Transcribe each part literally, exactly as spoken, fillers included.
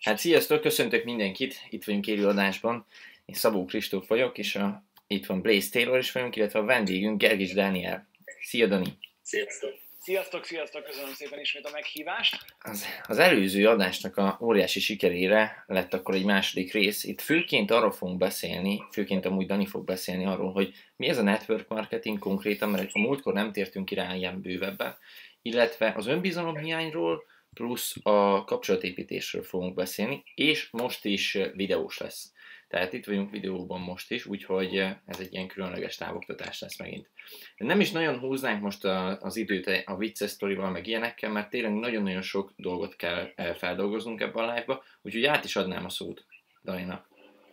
Hát sziasztok, köszöntök mindenkit, itt vagyunk élő adásban. Én Szabó Kristóf vagyok, és a, itt van Blaze Taylor is vagyunk, illetve a vendégünk Gergis Dániel. Szia, Dani! Sziasztok! Sziasztok, sziasztok, köszönöm szépen ismét a meghívást. Az, az előző adásnak a óriási sikerére lett akkor egy második rész. Itt főként arról fogunk beszélni, főként amúgy Dani fog beszélni arról, hogy mi ez a network marketing konkrétan, mert a múltkor nem tértünk ki rá ilyen bővebben, illetve az önbizalomhiányról, plusz a kapcsolatépítésről fogunk beszélni, és most is videós lesz. Tehát itt vagyunk videóban most is, úgyhogy ez egy ilyen különleges távoktatás lesz megint. Nem is nagyon húznánk most az időt a vicces sztorival, meg ilyenekkel, mert tényleg nagyon-nagyon sok dolgot kell feldolgoznunk ebben a live-ba, úgyhogy át is adnám a szót Daninak.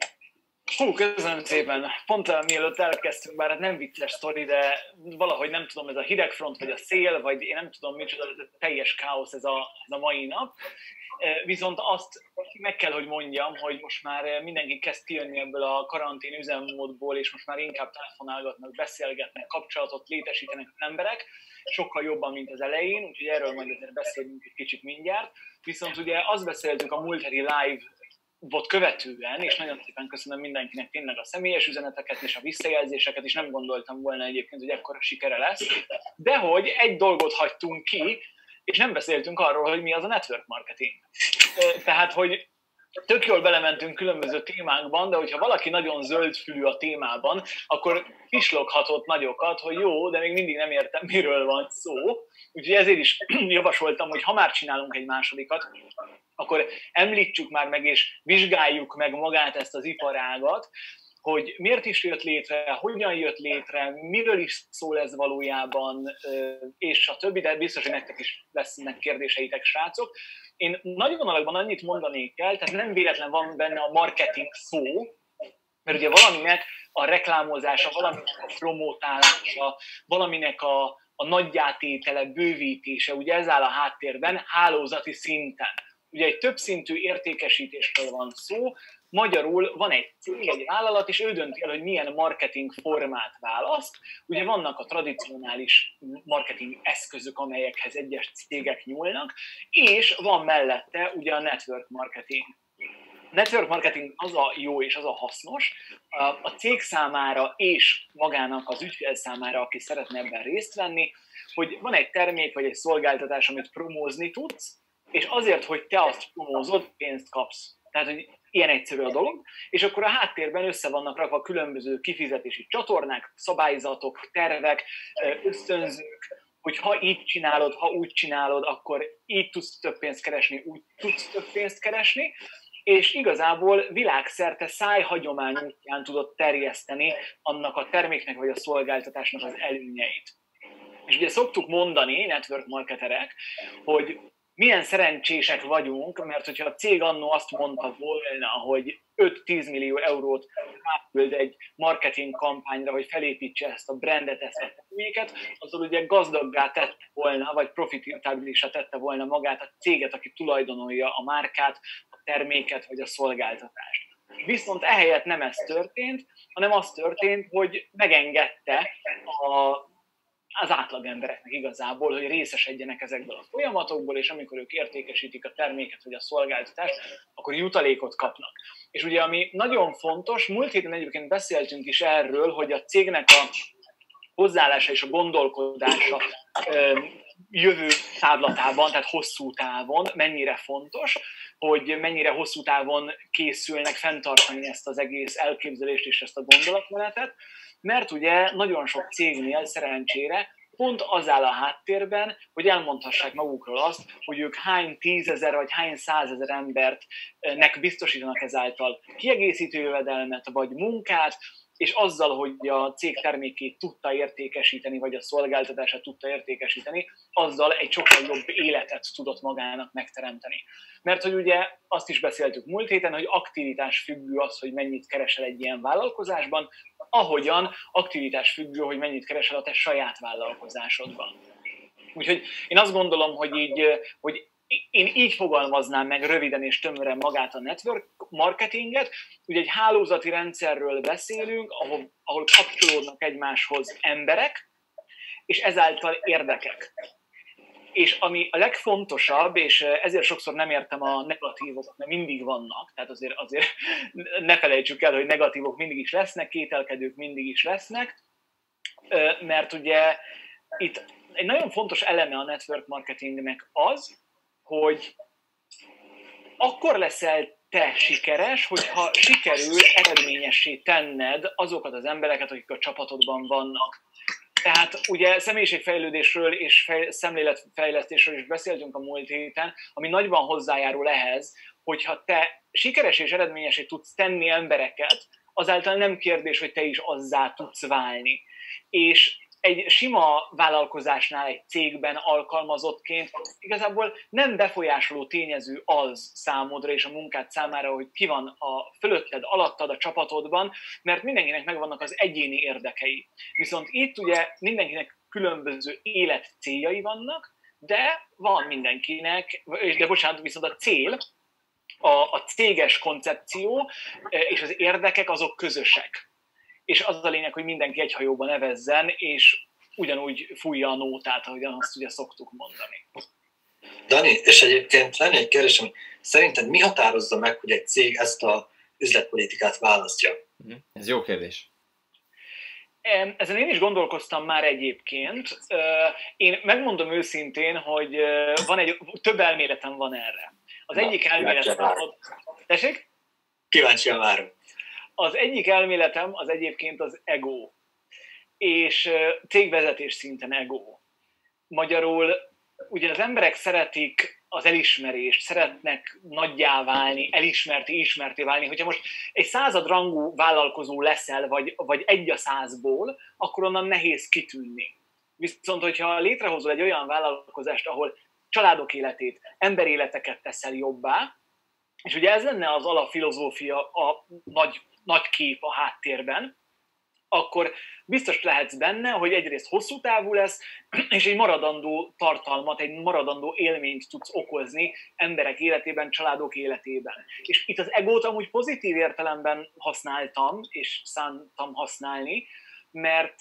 Hú, köszönöm szépen. Pont uh, mielőtt elkezdtünk, bár hát nem vicces sztori, de valahogy nem tudom, ez a hidegfront, vagy a szél, vagy én nem tudom micsoda, ez a teljes káosz ez a, ez a mai nap. Viszont azt meg kell, hogy mondjam, hogy most már mindenki kezd kijönni ebből a karantén üzemmódból, és most már inkább telefonálgatnak, beszélgetnek, kapcsolatot létesítenek az emberek, sokkal jobban, mint az elején, úgyhogy erről majd azért beszélünk egy kicsit mindjárt. Viszont ugye azt beszéltük a múlt heti live bot követően, és nagyon szépen köszönöm mindenkinek tényleg a személyes üzeneteket és a visszajelzéseket, és nem gondoltam volna egyébként, hogy ekkora sikere lesz, de hogy egy dolgot hagytunk ki, és nem beszéltünk arról, hogy mi az a network marketing. Tehát, hogy tök jól belementünk különböző témákban, de hogyha valaki nagyon zöldfülű a témában, akkor pisloghatott nagyokat, hogy jó, de még mindig nem értem, miről van szó. Úgyhogy ezért is javasoltam, hogy ha már csinálunk egy másodikat, akkor említsük már meg és vizsgáljuk meg magát ezt az iparágat, hogy miért is jött létre, hogyan jött létre, miről is szól ez valójában, és a többi, de biztos, hogy nektek is lesznek kérdéseitek, srácok. Én nagy vonalakban annyit mondanék el, tehát nem véletlen van benne a marketing szó, mert ugye valaminek a reklámozása, valaminek a promotálása, valaminek a, a nagyjátétele, bővítése, ugye ez áll a háttérben, hálózati szinten. Ugye egy többszintű értékesítésről van szó, magyarul van egy cég, egy vállalat, és ő dönti el, hogy milyen marketing formát választ. Ugye vannak a tradicionális marketing eszközök, amelyekhez egyes cégek nyúlnak, és van mellette ugye a network marketing. Network marketing az a jó és az a hasznos a cég számára és magának az ügyfél számára, aki szeretne ebben részt venni, hogy van egy termék vagy egy szolgáltatás, amit promózni tudsz, és azért, hogy te azt promózod, pénzt kapsz. Tehát, hogy ilyen egyszerű a dolog, és akkor a háttérben össze vannak rakva különböző kifizetési csatornák, szabályzatok, tervek, ösztönzők, hogy ha így csinálod, ha úgy csinálod, akkor így tudsz több pénzt keresni, úgy tudsz több pénzt keresni, és igazából világszerte szájhagyomány útján tudod terjeszteni annak a terméknek vagy a szolgáltatásnak az előnyeit. És ugye szoktuk mondani, network marketerek, hogy milyen szerencsések vagyunk, mert hogyha a cég annó azt mondta volna, hogy öt-tíz millió eurót átküld egy marketing kampányra, hogy felépítse ezt a brandet, ezt a terméket, azzal ugye gazdaggá tette volna, vagy profitabilisá tette volna magát a céget, aki tulajdonolja a márkát, a terméket, vagy a szolgáltatást. Viszont ehelyett nem ez történt, hanem az történt, hogy megengedte a az átlagembereknek igazából, hogy részesedjenek ezekből a folyamatokból, és amikor ők értékesítik a terméket vagy a szolgáltatást, akkor jutalékot kapnak. És ugye ami nagyon fontos, múlt héten egyébként beszéltünk is erről, hogy a cégnek a hozzáállása és a gondolkodása jövő távlatában, tehát hosszú távon mennyire fontos, hogy mennyire hosszú távon készülnek fenntartani ezt az egész elképzelést és ezt a gondolatmenetet, mert ugye nagyon sok cégnél szerencsére pont az áll a háttérben, hogy elmondhassák magukról azt, hogy ők hány tízezer vagy hány százezer embernek biztosítanak ezáltal kiegészítő jövedelmet vagy munkát, és azzal, hogy a cég termékét tudta értékesíteni, vagy a szolgáltatását tudta értékesíteni, azzal egy sokkal jobb életet tudott magának megteremteni. Mert hogy ugye azt is beszéltük múlt héten, hogy aktivitás függő az, hogy mennyit keresel egy ilyen vállalkozásban, ahogyan aktivitás függő, hogy mennyit keresel a te saját vállalkozásodban. Úgyhogy én azt gondolom, hogy így, hogy én így fogalmaznám meg röviden és tömören magát a network marketinget. Ugye egy hálózati rendszerről beszélünk, ahol, ahol kapcsolódnak egymáshoz emberek, és ezáltal érdekek. És ami a legfontosabb, és ezért sokszor nem értem a negatívokat, mert mindig vannak, tehát azért, azért ne felejtsük el, hogy negatívok mindig is lesznek, kételkedők mindig is lesznek, mert ugye itt egy nagyon fontos eleme a network marketingnek az, hogy akkor leszel te sikeres, hogyha sikerül eredményessé tenned azokat az embereket, akik a csapatodban vannak. Tehát ugye személyiségfejlődésről és fej, szemléletfejlesztésről is beszéltünk a múlt héten, ami nagyban hozzájárul ehhez, hogyha te sikeres és eredményesé tudsz tenni embereket, azáltal nem kérdés, hogy te is azzá tudsz válni. És egy sima vállalkozásnál, egy cégben alkalmazottként igazából nem befolyásoló tényező az számodra és a munkád számára, hogy ki van a fölötted, alattad, a csapatodban, mert mindenkinek megvannak az egyéni érdekei. Viszont itt ugye mindenkinek különböző életcéljai vannak, de van mindenkinek, de bocsánat, viszont a cél, a, a céges koncepció és az érdekek azok közösek. És az a lényeg, hogy mindenki egy hajóban nevezzen, és ugyanúgy fújja a nótát, ahogyan azt ugye szoktuk mondani. Dani, és egyébként lenne egy kérdésem, szerinted mi határozza meg, hogy egy cég ezt a üzletpolitikát választja? Ez jó kérdés. Ezen én is gondolkoztam már egyébként. Én megmondom őszintén, hogy van egy, több elméletem van erre. Az Na, egyik elméletem... Tessék? Kíváncsian várom. Az egyik elméletem az egyébként az ego, és cégvezetés szinten ego. Magyarul ugye az emberek szeretik az elismerést, szeretnek nagyjá válni, elismerti, ismerté válni. Hogyha most egy századrangú vállalkozó leszel, vagy, vagy egy a százból, akkor onnan nehéz kitűnni. Viszont, hogyha létrehozol egy olyan vállalkozást, ahol családok életét, emberéleteket teszel jobbá, és ugye ez lenne az alapfilozófia, a nagy nagy kép a háttérben, akkor biztos lehetsz benne, hogy egyrészt hosszú távú lesz, és egy maradandó tartalmat, egy maradandó élményt tudsz okozni emberek életében, családok életében. És itt az egót amúgy pozitív értelemben használtam, és szántam használni, mert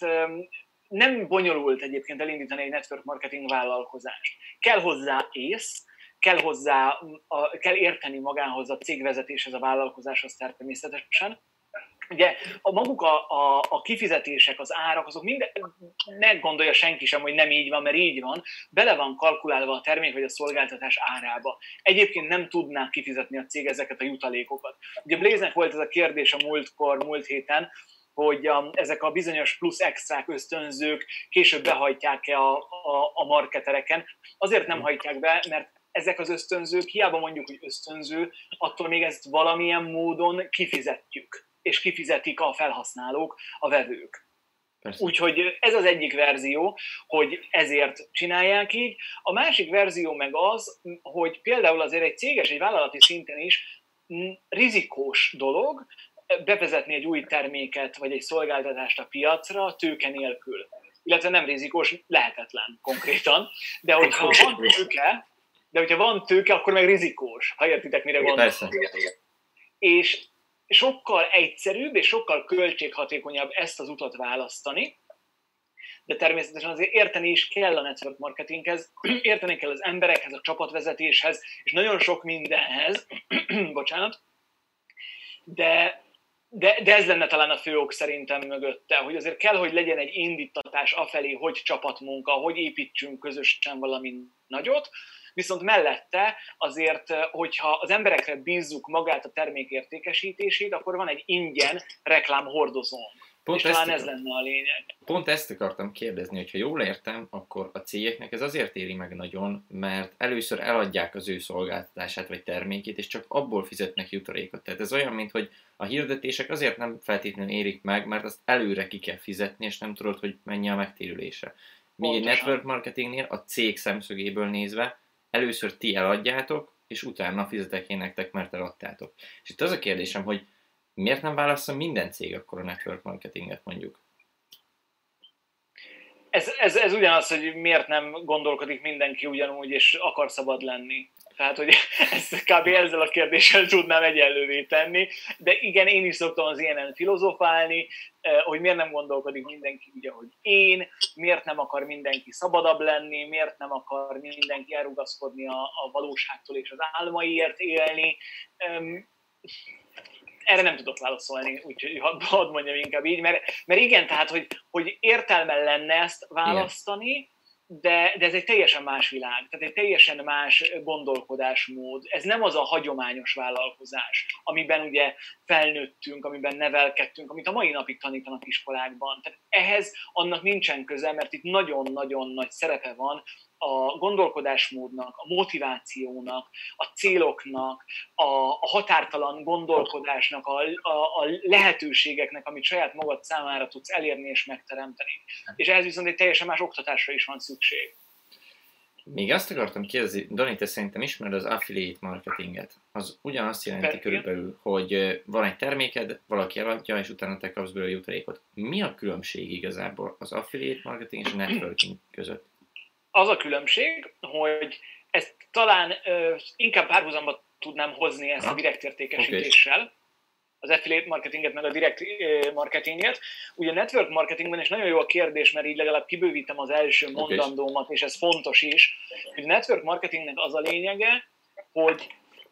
nem bonyolult egyébként elindítani egy network marketing vállalkozást. Kell hozzá ész, kell hozzá, a, kell érteni magához a cégvezetéshez, a vállalkozáshoz természetesen. Ugye a maguk a, a, a kifizetések, az árak, azok minden, ne gondolja senki sem, hogy nem így van, mert így van, bele van kalkulálva a termék vagy a szolgáltatás árába. Egyébként nem tudná kifizetni a cég ezeket a jutalékokat. Ugye Blaze-nek volt ez a kérdés a múltkor, múlt héten, hogy a, ezek a bizonyos plusz extrák, ösztönzők később behajtják-e a, a, a marketereken. Azért nem hajtják be, mert ezek az ösztönzők, hiába mondjuk, hogy ösztönző, attól még ezt valamilyen módon kifizetjük, és kifizetik a felhasználók, a vevők. Persze. Úgyhogy ez az egyik verzió, hogy ezért csinálják így. A másik verzió meg az, hogy például azért egy céges, egy vállalati szinten is rizikós dolog bevezetni egy új terméket, vagy egy szolgáltatást a piacra tőke nélkül. Illetve nem rizikós, lehetetlen konkrétan, de hogyha van tőke, de hogyha van tőke, akkor meg rizikós, ha értitek, mire gondolok. És sokkal egyszerűbb és sokkal költséghatékonyabb ezt az utat választani, de természetesen azért érteni is kell a network marketinghez, érteni kell az emberekhez, a csapatvezetéshez, és nagyon sok mindenhez, bocsánat, de, de, de ez lenne talán a fő ok szerintem mögötte, hogy azért kell, hogy legyen egy indítatás afelé, hogy csapatmunka, hogy építsünk közösen valami nagyot, viszont mellette azért, hogyha az emberekre bízzuk magát a termék értékesítését, akkor van egy ingyen reklámhordozónk. Pont és talán ez lenne a lényeg. Pont ezt akartam kérdezni, hogyha jól értem, akkor a cégeknek ez azért éri meg nagyon, mert először eladják az ő szolgáltatását vagy termékét, és csak abból fizetnek jutalékot. Tehát ez olyan, mint hogy a hirdetések azért nem feltétlenül érik meg, mert azt előre ki kell fizetni, és nem tudod, hogy mennyi a megtérülése. Míg egy network marketingnél a cég szemszögéből nézve először ti eladjátok, és utána fizetek én nektek, mert eladtátok. És itt az a kérdésem, hogy miért nem válasszon minden cég akkor a network marketinget mondjuk? Ez, ez, ez ugyanaz, hogy miért nem gondolkodik mindenki ugyanúgy, és akar szabad lenni. Tehát, hogy ezt kb. Ezzel a kérdéssel tudnám egyenlővé tenni, de igen, én is szoktam az ilyenen filozofálni, hogy miért nem gondolkodik mindenki úgy, ahogy én, miért nem akar mindenki szabadabb lenni, miért nem akar mindenki elrugaszkodni a, a valóságtól és az álmaiért élni. Erre nem tudok válaszolni, úgyhogy hadd mondjam inkább így, mert, mert igen, tehát, hogy, hogy értelme lenne ezt választani, de, de ez egy teljesen más világ, tehát egy teljesen más gondolkodásmód. Ez nem az a hagyományos vállalkozás, amiben ugye felnőttünk, amiben nevelkedtünk, amit a mai napig tanítanak iskolákban. Tehát ehhez annak nincsen köze, mert itt nagyon-nagyon nagy szerepe van a gondolkodásmódnak, a motivációnak, a céloknak, a, a határtalan gondolkodásnak, a, a, a lehetőségeknek, amit saját magad számára tudsz elérni és megteremteni. És ehhez viszont egy teljesen más oktatásra is van szükség. Még azt akartam kérdezni, Dani, te szerintem ismered az affiliate marketinget. Az ugyanazt jelenti Persze. körülbelül, hogy van egy terméked, valaki eladja, és utána te kapsz belőle jutalékot. Mi a különbség igazából az affiliate marketing és a networking között? Az a különbség, hogy ezt talán ö, inkább párhuzamba tudnám hozni ezt a direkt értékesítéssel, okay. Az affiliate marketinget, meg a direkt marketinget. Ugye a network marketingben is nagyon jó a kérdés, mert így legalább kibővítem az első okay. mondandómat, és ez fontos is, hogy a network marketingnek az a lényege, hogy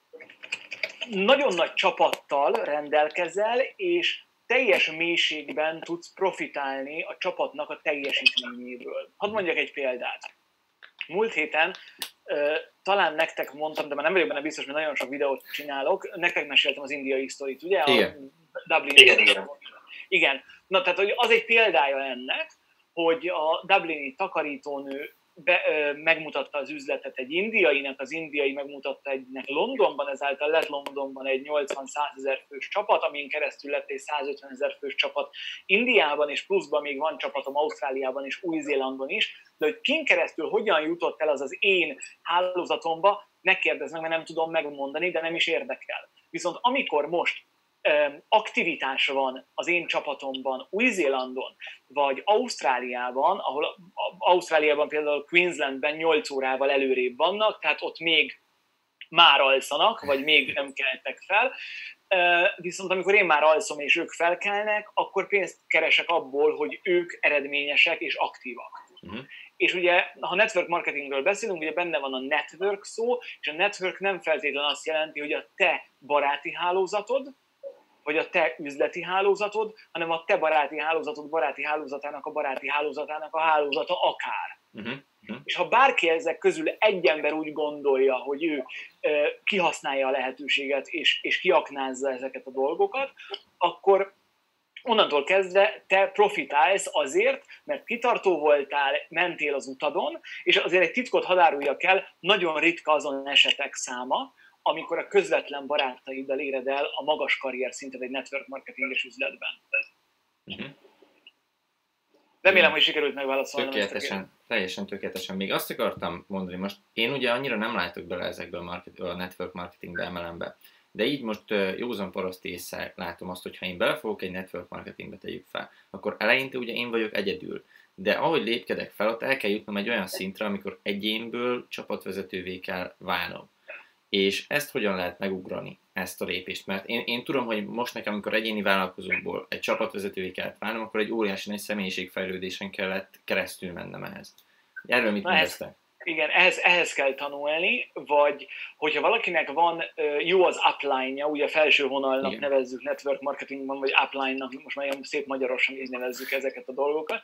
nagyon nagy csapattal rendelkezel, és teljes mélységben tudsz profitálni a csapatnak a teljesítményéből. Hadd mondjak egy példát. Múlt héten uh, talán nektek mondtam, de már nem vagyok benne biztos, mert nagyon sok videót csinálok, nektek meséltem az indiai sztorit, ugye? Igen. A Dublin igen, igen. igen. Na, tehát hogy az egy példája ennek, hogy a dublini takarítónő be, ö, megmutatta az üzletet egy indiainak, az indiai megmutatta egynek Londonban, ezáltal lett Londonban egy nyolcvan-százezer fős csapat, amin keresztül lett egy százötvenezer fős csapat Indiában, és pluszban még van csapatom Ausztráliában és Új-Zélandon is, de hogy kin keresztül hogyan jutott el az az én hálózatomba, ne kérdezz meg, mert nem tudom megmondani, de nem is érdekel. Viszont amikor most aktivitás van az én csapatomban Új-Zélandon, vagy Ausztráliában, ahol Ausztráliában például Queenslandben nyolc órával előrébb vannak, tehát ott még már alszanak, vagy még nem keltek fel, viszont amikor én már alszom és ők felkelnek, akkor pénzt keresek abból, hogy ők eredményesek és aktívak. Uh-huh. És ugye, ha network marketingről beszélünk, ugye benne van a network szó, és a network nem feltétlenül azt jelenti, hogy a te baráti hálózatod, vagy a te üzleti hálózatod, hanem a te baráti hálózatod baráti hálózatának a baráti hálózatának a hálózata akár. Uh-huh. Uh-huh. És ha bárki ezek közül egy ember úgy gondolja, hogy ő ö, kihasználja a lehetőséget és, és kiaknázza ezeket a dolgokat, akkor onnantól kezdve te profitálsz azért, mert kitartó voltál, mentél az utadon, és azért egy titkot hadd áruljak el, nagyon ritka azon esetek száma, amikor a közvetlen barátaiddal éred el a magas karrier szintet egy network marketinges üzletben. Uh-huh. Remélem, hogy sikerült megválaszolnom. Tökéletesen, teljesen tökéletesen. Még azt akartam mondani, most én ugye annyira nem látok bele ezekbe a, market, a network marketingbe, emelembe, de így most józan paraszt észre látom azt, hogy ha én belefogok egy network marketingbe, tegyük fel, akkor eleinte ugye én vagyok egyedül. De ahogy lépkedek fel, ott el kell jutnom egy olyan szintre, amikor egyénből csapatvezetővé kell válnom. És ezt hogyan lehet megugrani, ezt a lépést? Mert én, én tudom, hogy most nekem, amikor egyéni vállalkozóból egy csapatvezetővé kellett válnom, akkor egy óriási nagy személyiségfejlődésen kellett keresztül mennem ehhez. Erről mit mondesztek? Igen, ehhez, ehhez kell tanulni, vagy hogyha valakinek van jó az upline-ja, ugye felső vonalnak igen. nevezzük network marketingban, vagy upline-nak, most már ilyen szép magyarosan így nevezzük ezeket a dolgokat,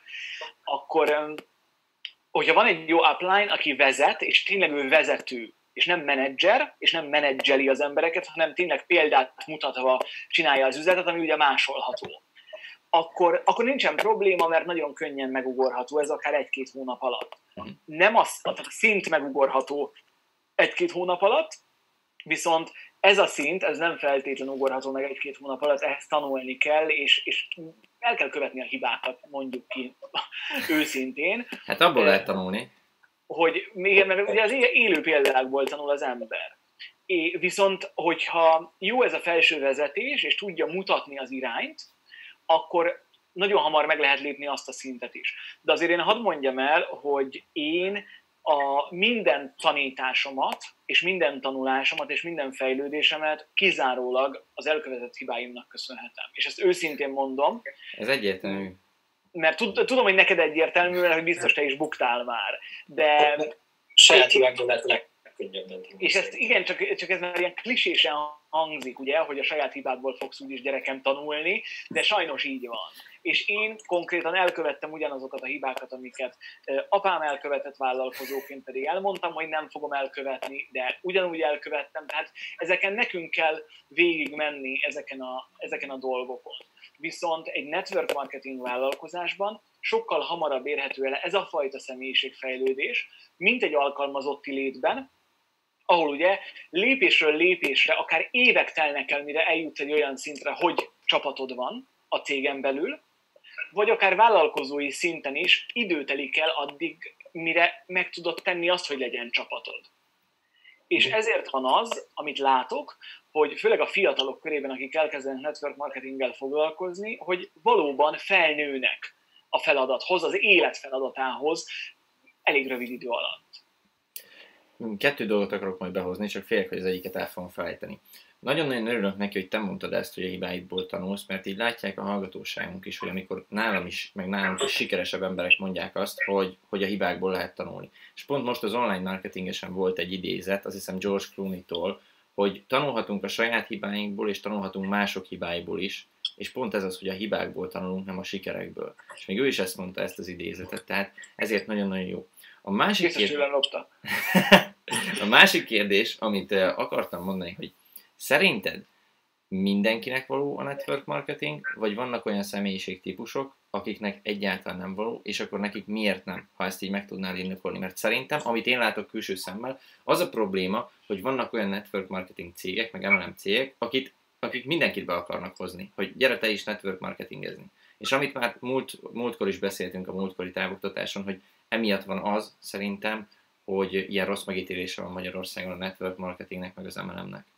akkor hogyha van egy jó upline, aki vezet, és tényleg ő vezető, és nem menedzser, és nem menedzseli az embereket, hanem tényleg példát mutatva csinálja az üzletet, ami ugye másolható. Akkor, akkor nincsen probléma, mert nagyon könnyen megugorható, ez akár egy-két hónap alatt. Nem az, a szint megugorható egy-két hónap alatt, viszont ez a szint, ez nem feltétlenül ugorható meg egy-két hónap alatt, ehhez tanulni kell, és, és el kell követni a hibákat, mondjuk ki őszintén. Hát abból lehet tanulni. Hogy még, mert ugye az élő példákból tanul az ember. É, viszont, hogyha jó ez a felső vezetés, és tudja mutatni az irányt, akkor nagyon hamar meg lehet lépni azt a szintet is. De azért én hadd mondjam el, hogy én a minden tanításomat, és minden tanulásomat, és minden fejlődésemet kizárólag az elkövetett hibáimnak köszönhetem. És ezt őszintén mondom. Ez egyértelmű. Mert tudom, hogy neked egyértelmű, mert hogy biztos te is buktál már. De... Saját hibákból lehet a legkönnyebben. És ezt igen, csak, csak ez már ilyen klisésen hangzik, ugye, hogy a saját hibádból fogsz úgyis gyerekem tanulni, de sajnos így van. És én konkrétan elkövettem ugyanazokat a hibákat, amiket apám elkövetett, vállalkozóként pedig elmondtam, hogy nem fogom elkövetni, de ugyanúgy elkövettem. Tehát ezeken nekünk kell végigmenni ezeken a, ezeken a dolgokon. Viszont egy network marketing vállalkozásban sokkal hamarabb érhető el ez a fajta személyiségfejlődés, mint egy alkalmazotti létben, ahol ugye lépésről lépésre, akár évek telnek el, mire eljutsz egy olyan szintre, hogy csapatod van a cégen belül, vagy akár vállalkozói szinten is idő telik el addig, mire meg tudod tenni azt, hogy legyen csapatod. És ezért van az, amit látok, hogy főleg a fiatalok körében, akik elkezdenek network marketinggel foglalkozni, hogy valóban felnőnek a feladathoz, az élet feladatához elég rövid idő alatt. Kettő dolgot akarok majd behozni, csak félek, hogy az egyiket el fogom felejteni. Nagyon-nagyon örülök neki, hogy te mondtad ezt, hogy a hibáidból tanulsz, mert így látják a hallgatóságunk is, hogy amikor nálam is, meg nálunk is sikeresebb emberek mondják azt, hogy, hogy a hibákból lehet tanulni. És pont most az online marketingesen volt egy idézet, azt hiszem George Clooney-tól, hogy tanulhatunk a saját hibáinkból, és tanulhatunk mások hibáiból is, és pont ez az, hogy a hibákból tanulunk, nem a sikerekből. És még ő is ezt mondta, ezt az idézetet, tehát ezért nagyon-nagyon jó. A másik, kérdés... a másik kérdés, amit akartam mondani, hogy szerinted mindenkinek való a network marketing, vagy vannak olyan személyiségtípusok, akiknek egyáltalán nem való, és akkor nekik miért nem, ha ezt így meg tudnál indokolni? Mert szerintem, amit én látok külső szemmel, az a probléma, hogy vannak olyan network marketing cégek, meg em el em cégek, akik, akik mindenkit be akarnak hozni, hogy gyere te is network marketingezni. És amit már múlt, múltkor is beszéltünk a múltkori távoktatáson, hogy emiatt van az, szerintem, hogy ilyen rossz megítélése van Magyarországon a network marketingnek, meg az em el em-nek.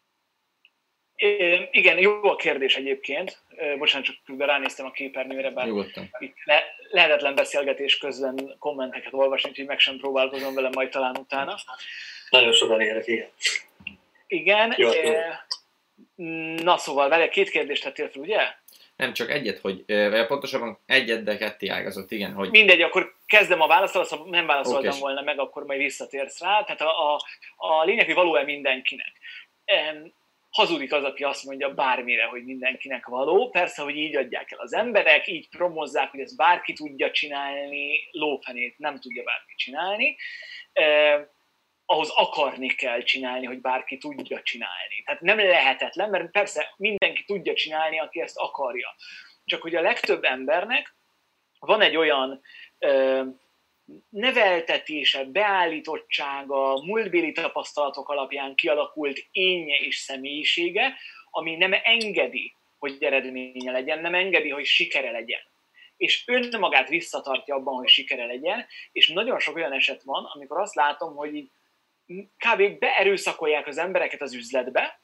É, igen, jó a kérdés egyébként. Bocsánat, csak ránéztem a képernyőre, bár Nyugodtan. Itt le, lehetetlen beszélgetés közben kommenteket olvasni, úgyhogy meg sem próbálkozom vele, majd talán utána. Nagyon sokan érek, igen. Igen. Jó, e, na szóval, vele két kérdést tettél fel, ugye? Nem, csak egyet, hogy, vagy pontosabban egyet, de ketté ágazott, igen. Hogy... Mindegy, akkor kezdem a választ, ha nem válaszoltam okay. volna meg, akkor majd visszatérsz rá. Tehát a, a, a lényeg, hogy való-e mindenkinek. E, Hazudik az, aki azt mondja bármire, hogy mindenkinek való. Persze, hogy így adják el az emberek, így promozzák, hogy ezt bárki tudja csinálni, lófenét nem tudja bárki csinálni. Eh, ahhoz akarni kell csinálni, hogy bárki tudja csinálni. Tehát nem lehetetlen, mert persze mindenki tudja csinálni, aki ezt akarja. Csak hogy a legtöbb embernek van egy olyan eh, neveltetése, beállítottsága, múltbéli tapasztalatok alapján kialakult énje és személyisége, ami nem engedi, hogy eredménye legyen, nem engedi, hogy sikere legyen. És önmagát visszatartja abban, hogy sikere legyen, és nagyon sok olyan eset van, amikor azt látom, hogy így kb. Beerőszakolják az embereket az üzletbe,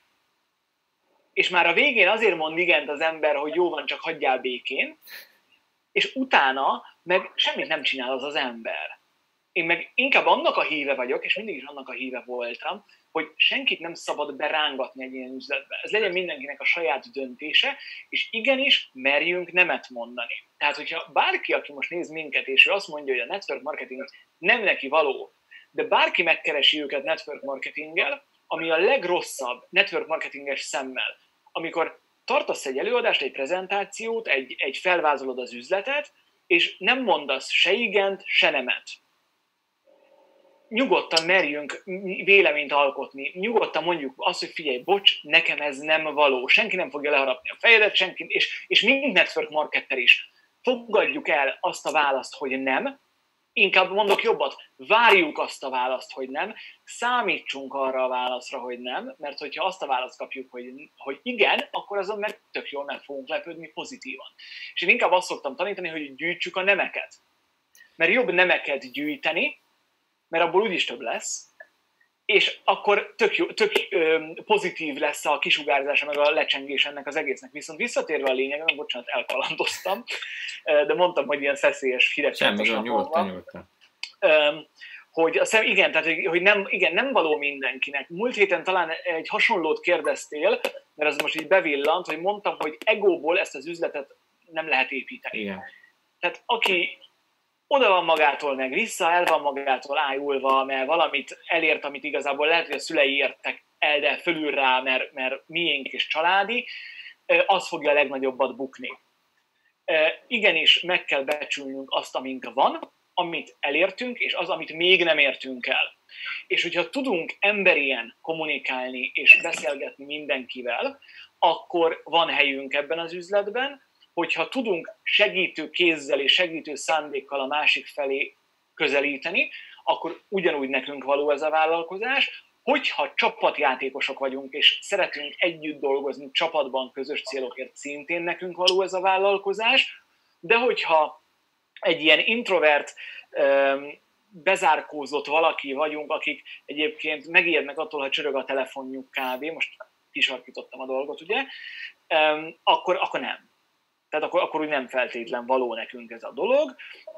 és már a végén azért mond igent az ember, hogy jó van, csak hagyjál békén, és utána meg semmit nem csinál az az ember. Én meg inkább annak a híve vagyok, és mindig is annak a híve voltam, hogy senkit nem szabad berángatni egy ilyen üzletbe. Ez legyen mindenkinek a saját döntése, és igenis merjünk nemet mondani. Tehát, hogyha bárki, aki most néz minket, és ő azt mondja, hogy a network marketing nem neki való, de bárki megkeresi őket network marketinggel, ami a legrosszabb network marketinges szemmel, amikor tartasz egy előadást, egy prezentációt, egy, egy felvázolod az üzletet, és nem mondasz se igent, se nemet. Nyugodtan merjünk véleményt alkotni, nyugodtan mondjuk azt, hogy figyelj, bocs, nekem ez nem való, senki nem fogja leharapni a fejedet, senki, és, és mind network marketer is. Fogadjuk el azt a választ, hogy nem, inkább mondok jobbat, várjuk azt a választ, hogy nem, számítsunk arra a válaszra, hogy nem, mert hogyha azt a választ kapjuk, hogy, hogy igen, akkor azon meg tök jól meg fogunk lepődni pozitívan. És én inkább azt szoktam tanítani, hogy gyűjtsük a nemeket. Mert jobb nemeket gyűjteni, mert abból úgyis több lesz, és akkor tök, jó, tök ö, pozitív lesz a kisugárzása, meg a lecsengés ennek az egésznek. Viszont visszatérve a lényegre, bocsánat, elkalandoztam, de mondtam, hogy ilyen szeszélyes hideg. Semmi, nyugodtan, nyugodtan. hogy azt hiszem, igen, tehát hogy nem, igen, nem való mindenkinek. Múlt héten talán egy hasonlót kérdeztél, mert az most így bevillant, hogy mondtam, hogy egóból ezt az üzletet nem lehet építeni. Igen. Tehát aki oda van magától meg vissza, el van magától ájulva, mert valamit elért, amit igazából lehet, hogy a szülei értek el, de fölül rá, mert, mert miénk és családi, az fogja a legnagyobbat bukni. Igenis meg kell becsülnünk azt, amink van, amit elértünk, és az, amit még nem értünk el. És hogyha tudunk emberien kommunikálni és beszélgetni mindenkivel, akkor van helyünk ebben az üzletben. Hogyha tudunk segítő kézzel és segítő szándékkal a másik felé közelíteni, akkor ugyanúgy nekünk való ez a vállalkozás. Hogyha csapatjátékosok vagyunk, és szeretünk együtt dolgozni csapatban közös célokért, szintén nekünk való ez a vállalkozás. De hogyha egy ilyen introvert, bezárkózott valaki vagyunk, akik egyébként megijednek attól, ha csörög a telefonjuk kb. Most kisarkítottam a dolgot, ugye? Akkor, akkor nem. Tehát akkor, akkor úgy nem feltétlen való nekünk ez a dolog.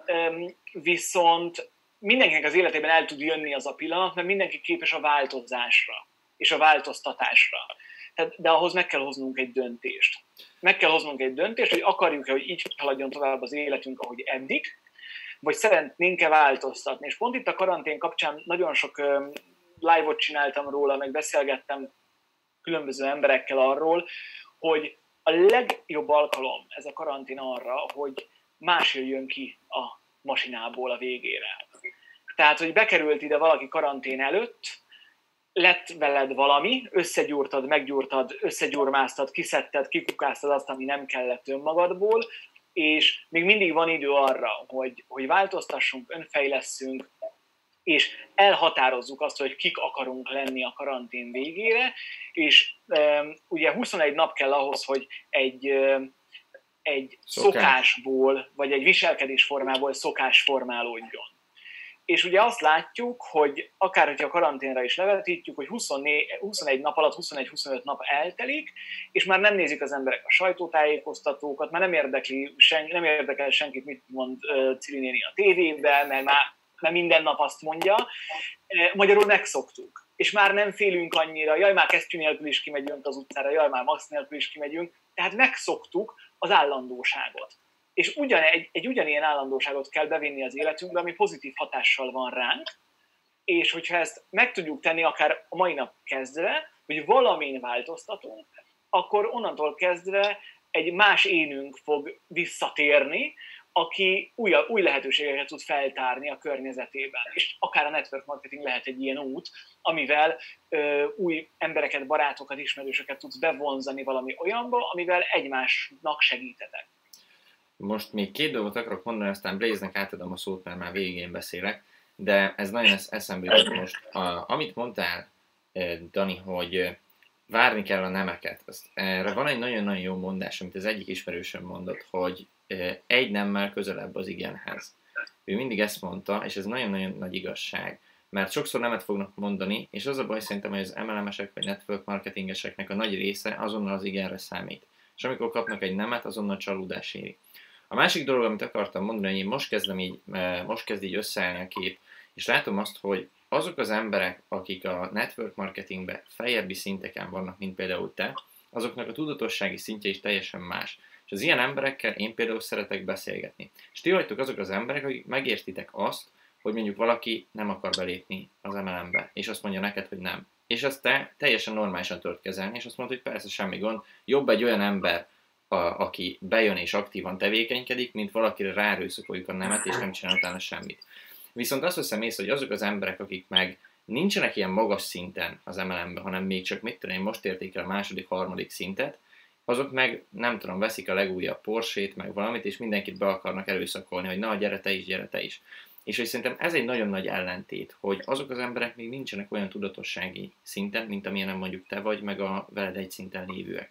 Viszont mindenkinek az életében el tud jönni az a pillanat, mert mindenki képes a változásra és a változtatásra. Tehát, de ahhoz meg kell hoznunk egy döntést. Meg kell hoznunk egy döntést, hogy akarjuk-e, hogy így haladjon tovább az életünk, ahogy eddig, vagy szeretnénk-e változtatni. És pont itt a karantén kapcsán nagyon sok live-ot csináltam róla, meg beszélgettem különböző emberekkel arról, hogy a legjobb alkalom ez a karantén arra, hogy más jöjjön ki a masinából a végére. Tehát, hogy bekerült ide valaki karantén előtt, lett veled valami, összegyúrtad, meggyúrtad, összegyurmáztad, kiszedted, kikukáztad azt, ami nem kellett önmagadból, és még mindig van idő arra, hogy, hogy változtassunk, önfejlesszünk, és elhatározzuk azt, hogy kik akarunk lenni a karantén végére, és e, ugye huszonegy nap kell ahhoz, hogy egy, e, egy Szokás. szokásból, vagy egy viselkedésformából szokás formálódjon. És ugye azt látjuk, hogy akár hogyha a karanténra is levetítjük, hogy huszonegy nap alatt huszonegy-huszonöt nap eltelik, és már nem nézik az emberek a sajtótájékoztatókat, már nem, érdekli, sen, nem érdekel senkit, mit mond uh, Cili néni a tévében, mert már mert minden nap azt mondja. Magyarul megszoktuk. És már nem félünk annyira, jaj, már kesztyű nélkül is kimegyünk az utcára, jaj, már maszk nélkül is kimegyünk. Tehát megszoktuk az állandóságot. És ugyan, egy, egy ugyanilyen állandóságot kell bevinni az életünkbe, ami pozitív hatással van ránk, és hogyha ezt meg tudjuk tenni akár a mai nap kezdve, hogy valamin változtatunk, akkor onnantól kezdve egy más énünk fog visszatérni, aki új, új lehetőségeket tud feltárni a környezetében. És akár a network marketing lehet egy ilyen út, amivel ö, új embereket, barátokat, ismerősöket tudsz bevonzani valami olyanba, amivel egymásnak segítetek. Most még két dolgot akarok mondani, aztán Blaze-nek átadom a szót, mert már végén beszélek, de ez nagyon eszembe jutott most. A, amit mondtál, Dani, hogy várni kell a nemeket. Azt, erre van egy nagyon-nagyon jó mondás, amit az egyik ismerősöm mondott, hogy egy nemmel közelebb az igenhez. Ő mindig ezt mondta, és ez nagyon-nagyon nagy igazság, mert sokszor nemet fognak mondani, és az a baj szerintem, hogy az em el em-esek vagy network marketingeseknek a nagy része azonnal az igenre számít. És amikor kapnak egy nemet, azonnal csalódás éri. A másik dolog, amit akartam mondani, hogy én most kezdem így, most kezd így összeállni a kép, és látom azt, hogy azok az emberek, akik a network marketingben feljebbi szinteken vannak, mint például te, azoknak a tudatossági szintje is teljesen más. És az ilyen emberekkel én például szeretek beszélgetni. És ti vagytok azok az emberek, akik megértitek azt, hogy mondjuk valaki nem akar belépni az em el em-be, és azt mondja neked, hogy nem. És azt te teljesen normálisan tudod kezelni, és azt mondod, hogy persze, semmi gond, jobb egy olyan ember, a, aki bejön és aktívan tevékenykedik, mint valakire ráerőszakoljuk a nemet, és nem csinál utána semmit. Viszont azt veszem észre, hogy azok az emberek, akik meg nincsenek ilyen magas szinten az em el em-ben, hanem még csak mit tudom én, most érték el a második, harmadik szintet, azok meg nem tudom, veszik a legújabb Porsét, meg valamit, és mindenkit be akarnak erőszakolni, hogy na, gyere te is, gyere te is. És hogy szerintem ez egy nagyon nagy ellentét, hogy azok az emberek még nincsenek olyan tudatossági szinten, mint amilyen mondjuk te vagy, meg a veled egy szinten lévőek.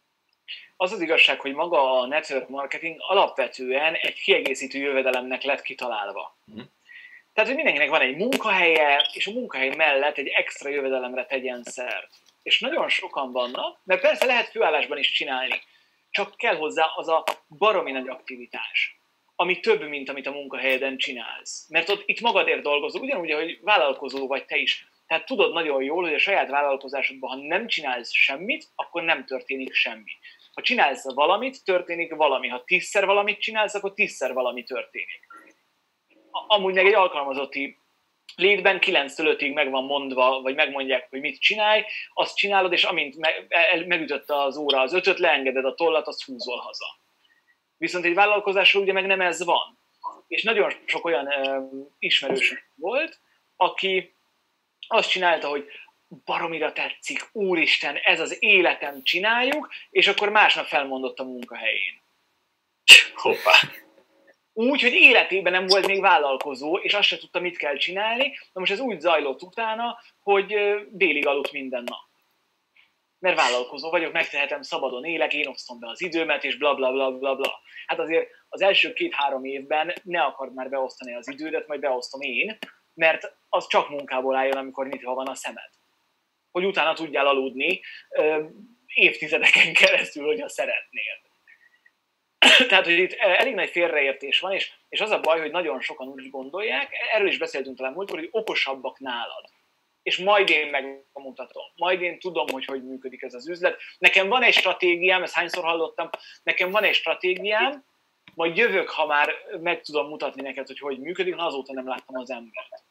Az az igazság, hogy maga a network marketing alapvetően egy kiegészítő jövedelemnek lett kitalálva. Mm. Tehát, hogy mindenkinek van egy munkahelye, és a munkahely mellett egy extra jövedelemre tegyen szert. És nagyon sokan vannak, mert persze lehet főállásban is csinálni, csak kell hozzá az a baromi nagy aktivitás. ami több, mint amit a munkahelyeden csinálsz. Mert ott itt magadért dolgozol, ugyanúgy, hogy vállalkozó vagy te is. Tehát tudod nagyon jól, hogy a saját vállalkozásodban, ha nem csinálsz semmit, akkor nem történik semmi. Ha csinálsz valamit, történik valami. Ha tízszer valamit csinálsz, akkor tízszer valami történik. Amúgy meg egy alkalmazotti létben kilenctől ötig meg van mondva, vagy megmondják, hogy mit csinálj, azt csinálod, és amint megütötte az óra az ötöt, leengeded a tollat, azt húzol haza. Viszont egy vállalkozásról ugye meg nem ez van. És nagyon sok olyan uh, ismerős volt, aki azt csinálta, hogy baromira tetszik, úristen, ez az életem, csináljuk, és akkor másnap felmondott a munkahelyén. Hoppá! Úgy, hogy életében nem volt még vállalkozó, és azt se tudta, mit kell csinálni. Na most ez úgy zajlott utána, hogy délig aludt minden nap. Mert vállalkozó vagyok, megtehetem, szabadon élek, én osztom be az időmet, és bla bla bla bla bla. Hát azért az első két-három évben ne akard már beosztani az idődet, majd beosztom én, mert az csak munkából álljon, amikor nyitva van a szemed. Hogy utána tudjál aludni ö, évtizedeken keresztül, hogyha szeretnél. Tehát, hogy itt elég nagy félreértés van, és, és az a baj, hogy nagyon sokan úgy gondolják, erről is beszéltünk talán múltkor, hogy okosabbak nálad. És majd én megmutatom. Majd én tudom, hogy hogy működik ez az üzlet. Nekem van egy stratégiám, ezt hányszor hallottam, nekem van egy stratégiám, majd jövök, ha már meg tudom mutatni neked, hogy hogy működik, ha azóta nem láttam az embert.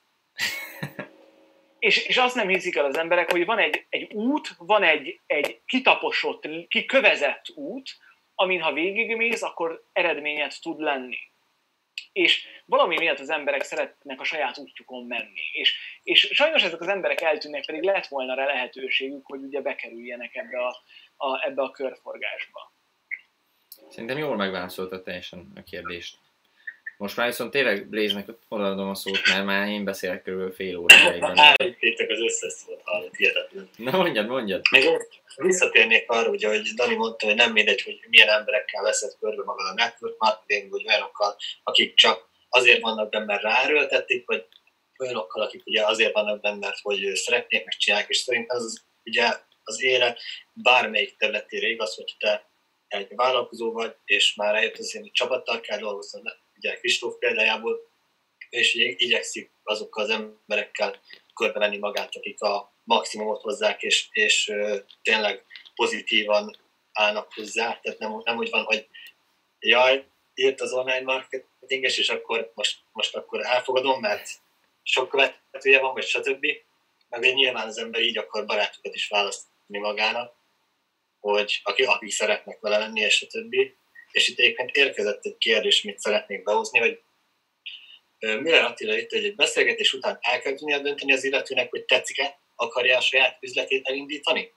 És, és azt nem hiszik el az emberek, hogy van egy, egy út, van egy, egy kitaposott, kikövezett út, amin ha végigmész, akkor eredményed tud lenni. És valami miatt az emberek szeretnek a saját útjukon menni. És, és sajnos ezek az emberek eltűnnek, pedig lett volna rá lehetőségük, hogy ugye bekerüljenek ebbe a, a, ebbe a körforgásba. Szerintem jól megválaszolta teljesen a kérdést. Most már viszont tényleg Blaze-nek odaadom a szót, mert már én beszélek körülbelül fél órájában. Állítétek az összes szót hallott, hihetetlen. Na mondjad, mondjad. Még visszatérnék arra, ugye, hogy Dani mondta, hogy nem mindegy, hogy milyen emberekkel veszed körbe magad a network marketing, vagy olyanokkal, akik csak azért vannak benne, mert ráerőltették, vagy olyanokkal, akik ugye azért vannak benne, mert hogy szeretnék, megcsinálják, és szerintem az ugye az élet bármelyik területére igaz, hogy te egy vállalkozó vagy, és már eljött az én, hogy csapattal kell dolgozni, ugye Kristóf példájából, és igyekszik azokkal az emberekkel körbevenni magát, akik a maximumot hozzák, és, és uh, tényleg pozitívan állnak hozzá. Tehát nem, nem úgy van, hogy jaj, írt az online marketinges, és akkor most, most akkor elfogadom, mert sok követője van, vagy stb. Meg nyilván az ember így akar barátokat is választani magának, hogy akik, akik szeretnek vele lenni, és stb. És itt egyébként érkezett egy kérdés, mit szeretnék behozni, hogy Müller Attila itt, hogy egy beszélgetés után el kell tudnia dönteni az illetőnek, hogy tetszik-e, akarja a saját üzletét elindítani?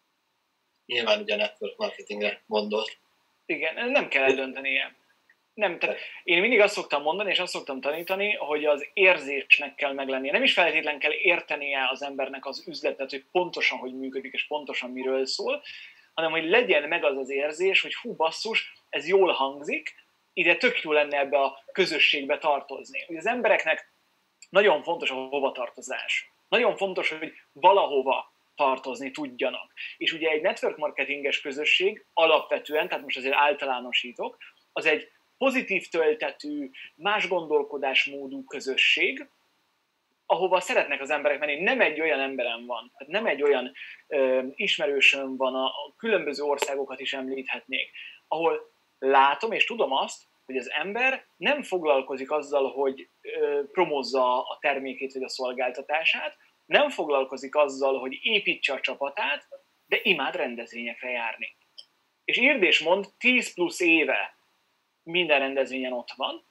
Nyilván ugye a network marketingre gondolt. Igen, nem kell eldöntenie. Nem, tehát én mindig azt szoktam mondani, és azt szoktam tanítani, hogy az érzésnek kell meglennie. Nem is feltétlenül kell értenie az embernek az üzletet, hogy pontosan hogy működik, és pontosan miről szól, hanem hogy legyen meg az az érzés, hogy hú basszus, ez jól hangzik, ide tök jó lenne ebbe a közösségbe tartozni. Ugye az embereknek nagyon fontos a hovatartozás. Nagyon fontos, hogy valahova tartozni tudjanak. És ugye egy network marketinges közösség alapvetően, tehát most azért általánosítok, az egy pozitív töltetű, más gondolkodásmódú közösség, ahova szeretnek az emberek menni. Nem egy olyan emberem van, tehát nem egy olyan ö, ismerősöm van, a, a különböző országokat is említhetnék, ahol látom és tudom azt, hogy az ember nem foglalkozik azzal, hogy ö, promózza a termékét vagy a szolgáltatását, nem foglalkozik azzal, hogy építse a csapatát, de imád rendezvényekre járni. És írd és mond, tíz plusz éve minden rendezvényen ott van,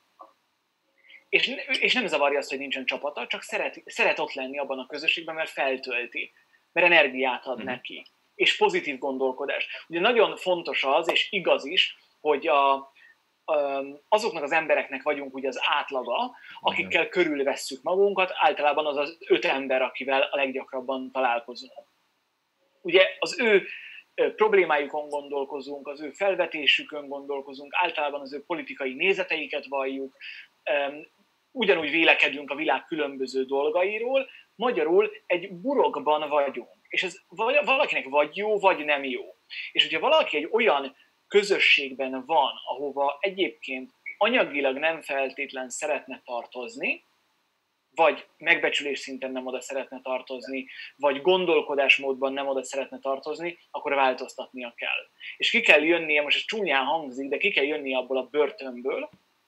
és, és nem zavarja azt, hogy nincsen csapata, csak szeret, szeret ott lenni abban a közösségben, mert feltölti, mert energiát ad mm. neki, és pozitív gondolkodás. Ugye nagyon fontos az, és igaz is, hogy a, azoknak az embereknek vagyunk ugye az átlaga, akikkel körülvesszük magunkat, általában az az öt ember, akivel a leggyakrabban találkozunk. Ugye az ő problémájukon gondolkozunk, az ő felvetésükön gondolkozunk, általában az ő politikai nézeteiket valljuk, ugyanúgy vélekedünk a világ különböző dolgairól, magyarul egy burokban vagyunk. És ez valakinek vagy jó, vagy nem jó. És hogyha valaki egy olyan közösségben van, ahova egyébként anyagilag nem feltétlen szeretne tartozni, vagy megbecsülés szinten nem oda szeretne tartozni, vagy gondolkodásmódban nem oda szeretne tartozni, akkor változtatnia kell. És ki kell jönnie, most ez csúnyán hangzik, de ki kell jönnie abból a börtönből,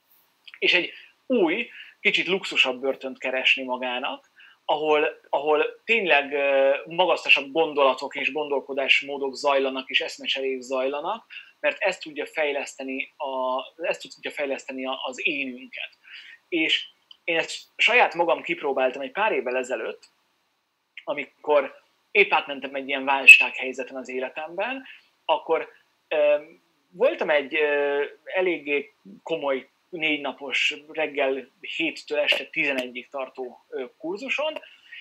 és egy új, kicsit luxusabb börtönt keresni magának, ahol, ahol tényleg magasztosabb gondolatok és gondolkodásmódok zajlanak, és eszmecserék zajlanak, mert ezt tudja fejleszteni, a, ezt tudja fejleszteni az énünket. És én ezt saját magam kipróbáltam egy pár évvel ezelőtt, amikor épp átmentem egy ilyen válsághelyzeten az életemben, akkor ö, voltam egy ö, eléggé komoly négy napos reggel héttől este tizenegyig tartó ö, kurzuson,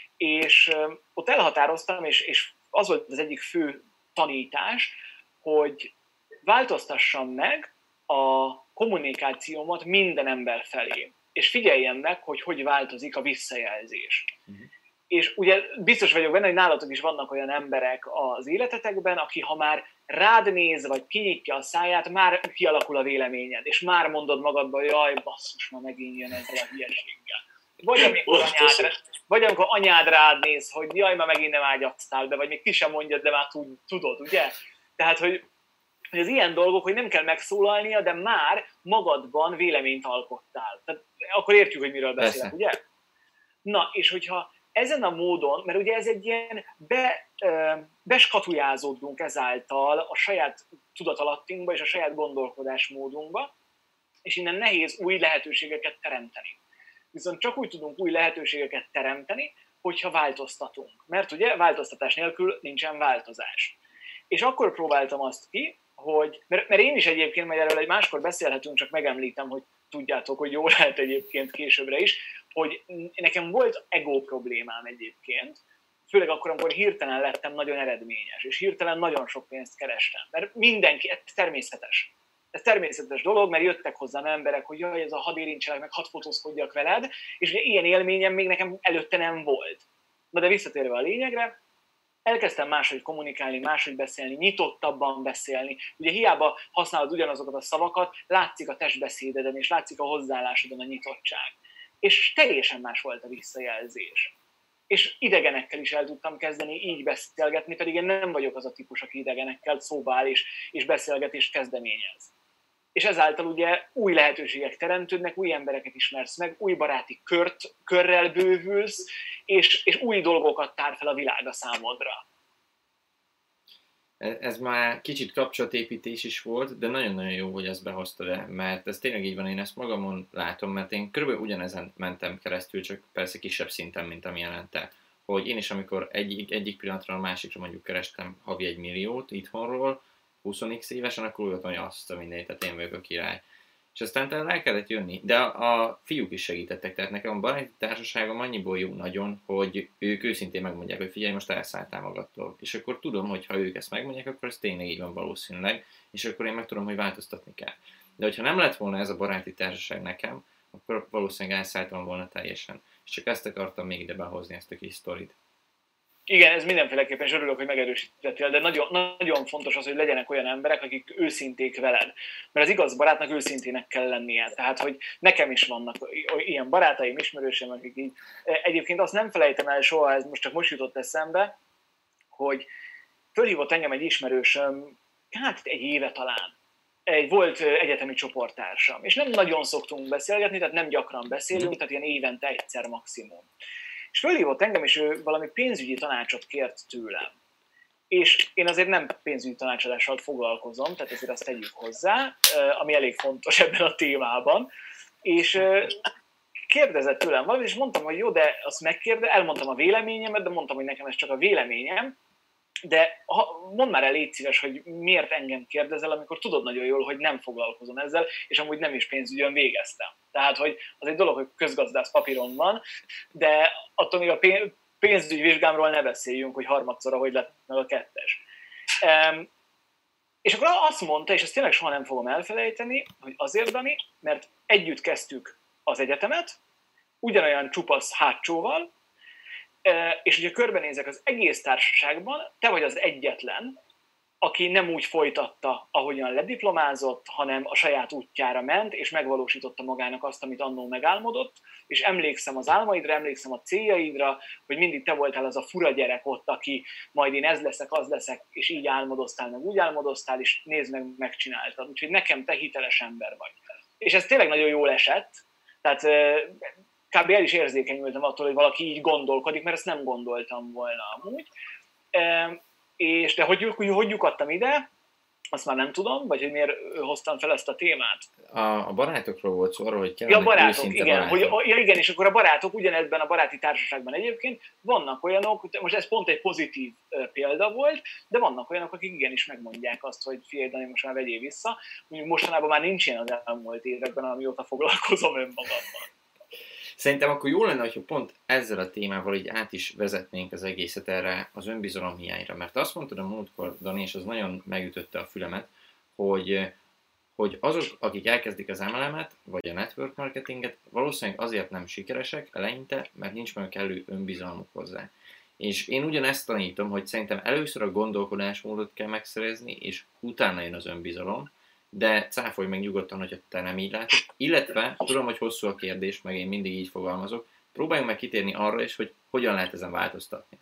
és ö, ott elhatároztam, és, és az volt az egyik fő tanítás, hogy változtassam meg a kommunikációmat minden ember felé, és figyeljen meg, hogy hogy változik a visszajelzés. Uh-huh. És ugye biztos vagyok benne, hogy nálatok is vannak olyan emberek az életetekben, aki ha már rád néz, vagy kinyitja a száját, már kialakul a véleményed, és már mondod magadba, hogy jaj, basszus, ma megint jön ezzel a hülyeséggel. Vagy amikor, anyád, vagy amikor anyád rád néz, hogy jaj, ma megint nem ágyaztál be, vagy még ki sem mondjad, de már tudod, ugye? Tehát, hogy hogy az ilyen dolgok, hogy nem kell megszólalnia, de már magadban véleményt alkottál. Tehát akkor értjük, hogy miről beszélek, persze. Ugye? Na, és hogyha ezen a módon, mert ugye ez egy ilyen be, beskatujázódunk ezáltal a saját tudatalattinkba és a saját gondolkodásmódunkba, és innen nehéz új lehetőségeket teremteni. Viszont csak úgy tudunk új lehetőségeket teremteni, hogyha változtatunk. Mert ugye változtatás nélkül nincsen változás. És akkor próbáltam azt ki, hogy, mert, mert én is egyébként, majd erről egy máskor beszélhetünk, csak megemlítem, hogy tudjátok, hogy jó lehet egyébként későbbre is, hogy nekem volt ego problémám egyébként, főleg akkor, amikor hirtelen lettem nagyon eredményes, és hirtelen nagyon sok pénzt kerestem. Mert mindenki, ez természetes. Ez természetes dolog, mert jöttek hozzám emberek, hogy jaj, ez a hadd érintselek, meg hadd fotózkodjak veled, és ugye ilyen élményem még nekem előtte nem volt. Na de visszatérve a lényegre, elkezdtem máshogy kommunikálni, máshogy beszélni, nyitottabban beszélni. Ugye hiába használod ugyanazokat a szavakat, látszik a testbeszédeden, és látszik a hozzáállásodon a nyitottság. És teljesen más volt a visszajelzés. És idegenekkel is el tudtam kezdeni így beszélgetni, pedig én nem vagyok az a típus, aki idegenekkel szóba áll és, és beszélget és kezdeményez. És ezáltal ugye új lehetőségek teremtődnek, új embereket ismersz meg, új baráti kört, körrel bővülsz, és, és új dolgokat tár fel a világ a számodra. Ez már kicsit kapcsolatépítés is volt, de nagyon-nagyon jó, hogy ezt behoztad el, mert ez tényleg így van, én ezt magamon látom, mert én körülbelül ugyanezen mentem keresztül, csak persze kisebb szinten, mint ami jelente. Hogy én is, amikor egyik, egyik pillanatra a másikra mondjuk kerestem havi egy milliót itthonról, húsz évesen, akkor úgy voltam, hogy azt a mindenit, tehát én vagyok a király. És aztán talán el kellett jönni, de a, a fiúk is segítettek, tehát nekem a baráti társaságom annyiból jó nagyon, hogy ők őszintén megmondják, hogy figyelj, most elszálltál magadtól. És akkor tudom, hogy ha ők ezt megmondják, akkor ez tényleg így van valószínűleg, és akkor én meg tudom, hogy változtatni kell. De hogyha nem lett volna ez a baráti társaság nekem, akkor valószínűleg elszálltam volna teljesen. És csak ezt akartam még ide behozni, ezt a kis sztorit. Igen, ez mindenféleképpen, és örülök, hogy megerősítettél, de nagyon, nagyon fontos az, hogy legyenek olyan emberek, akik őszinték veled. Mert az igaz barátnak őszintének kell lennie. Tehát, hogy nekem is vannak ilyen barátaim, ismerőseim, akik így... Egyébként azt nem felejtem el soha, ez most csak most jutott eszembe, hogy fölhívott engem egy ismerősöm, hát egy éve talán. Egy volt egyetemi csoporttársam, és nem nagyon szoktunk beszélgetni, tehát nem gyakran beszélünk, tehát ilyen évente egyszer maximum. És fölhívott engem, és ő valami pénzügyi tanácsot kért tőlem. És én azért nem pénzügyi tanácsadással foglalkozom, tehát ezért azt tegyük hozzá, ami elég fontos ebben a témában. És kérdezett tőlem valamit, és mondtam, hogy jó, de azt megkérde, elmondtam a véleményemet, de mondtam, hogy nekem ez csak a véleményem, de ha, mondd már el, légy szíves, hogy miért engem kérdezel, amikor tudod nagyon jól, hogy nem foglalkozom ezzel, és amúgy nem is pénzügyön végeztem. Tehát, hogy az egy dolog, hogy közgazdász papíron van, de attól még a pénzügyi vizsgámról ne beszéljünk, hogy harmadszor, hogy lett meg a kettes. Um, és akkor azt mondta, és ezt tényleg soha nem fogom elfelejteni, hogy azért, Dani, mert együtt kezdtük az egyetemet, ugyanolyan csupasz hátsóval, és hogyha körbenézek az egész társaságban, te vagy az egyetlen, aki nem úgy folytatta, ahogyan lediplomázott, hanem a saját útjára ment, és megvalósította magának azt, amit annó megálmodott, és emlékszem az álmaidra, emlékszem a céljaidra, hogy mindig te voltál az a fura gyerek ott, aki majd én ez leszek, az leszek, és így álmodoztál, meg úgy álmodoztál, és nézd meg, megcsináltad. Úgyhogy nekem te hiteles ember vagy. És ez tényleg nagyon jól esett, tehát kb. El is érzékenyültem attól, hogy valaki így gondolkodik, mert ezt nem gondoltam volna amúgy. És de hogy, hogy, hogy lyukadtam ide, azt már nem tudom, vagy hogy miért hoztam fel ezt a témát. A, a barátokról volt szó, arról, hogy kellene ja, barátok, igen, barátok. Hogy, ja, igen, és akkor a barátok ugyanebben a baráti társaságban egyébként vannak olyanok, most ez pont egy pozitív példa volt, de vannak olyanok, akik igenis megmondják azt, hogy figyelj, Dani, most már vegyél vissza. Mondjuk mostanában már nincs ilyen az elmúlt években, amióta foglalkozom önmagammal. Szerintem akkor jó lenne, hogyha pont ezzel a témával így át is vezetnénk az egészet erre az önbizalom hiányra. Mert azt mondtad a múltkor, Dani, és az nagyon megütötte a fülemet, hogy, hogy azok, akik elkezdik az em el em-et, vagy a network marketinget, valószínűleg azért nem sikeresek eleinte, mert nincs meg kellő önbizalmuk hozzá. És én ugyanezt tanítom, hogy szerintem először a gondolkodásmódot kell megszerezni, és utána jön az önbizalom, de cáfolj meg nyugodtan, hogyha te nem így látod. Illetve, tudom, hogy hosszú a kérdés, meg én mindig így fogalmazok, próbáljunk meg kitérni arra is, hogy hogyan lehet ezen változtatni.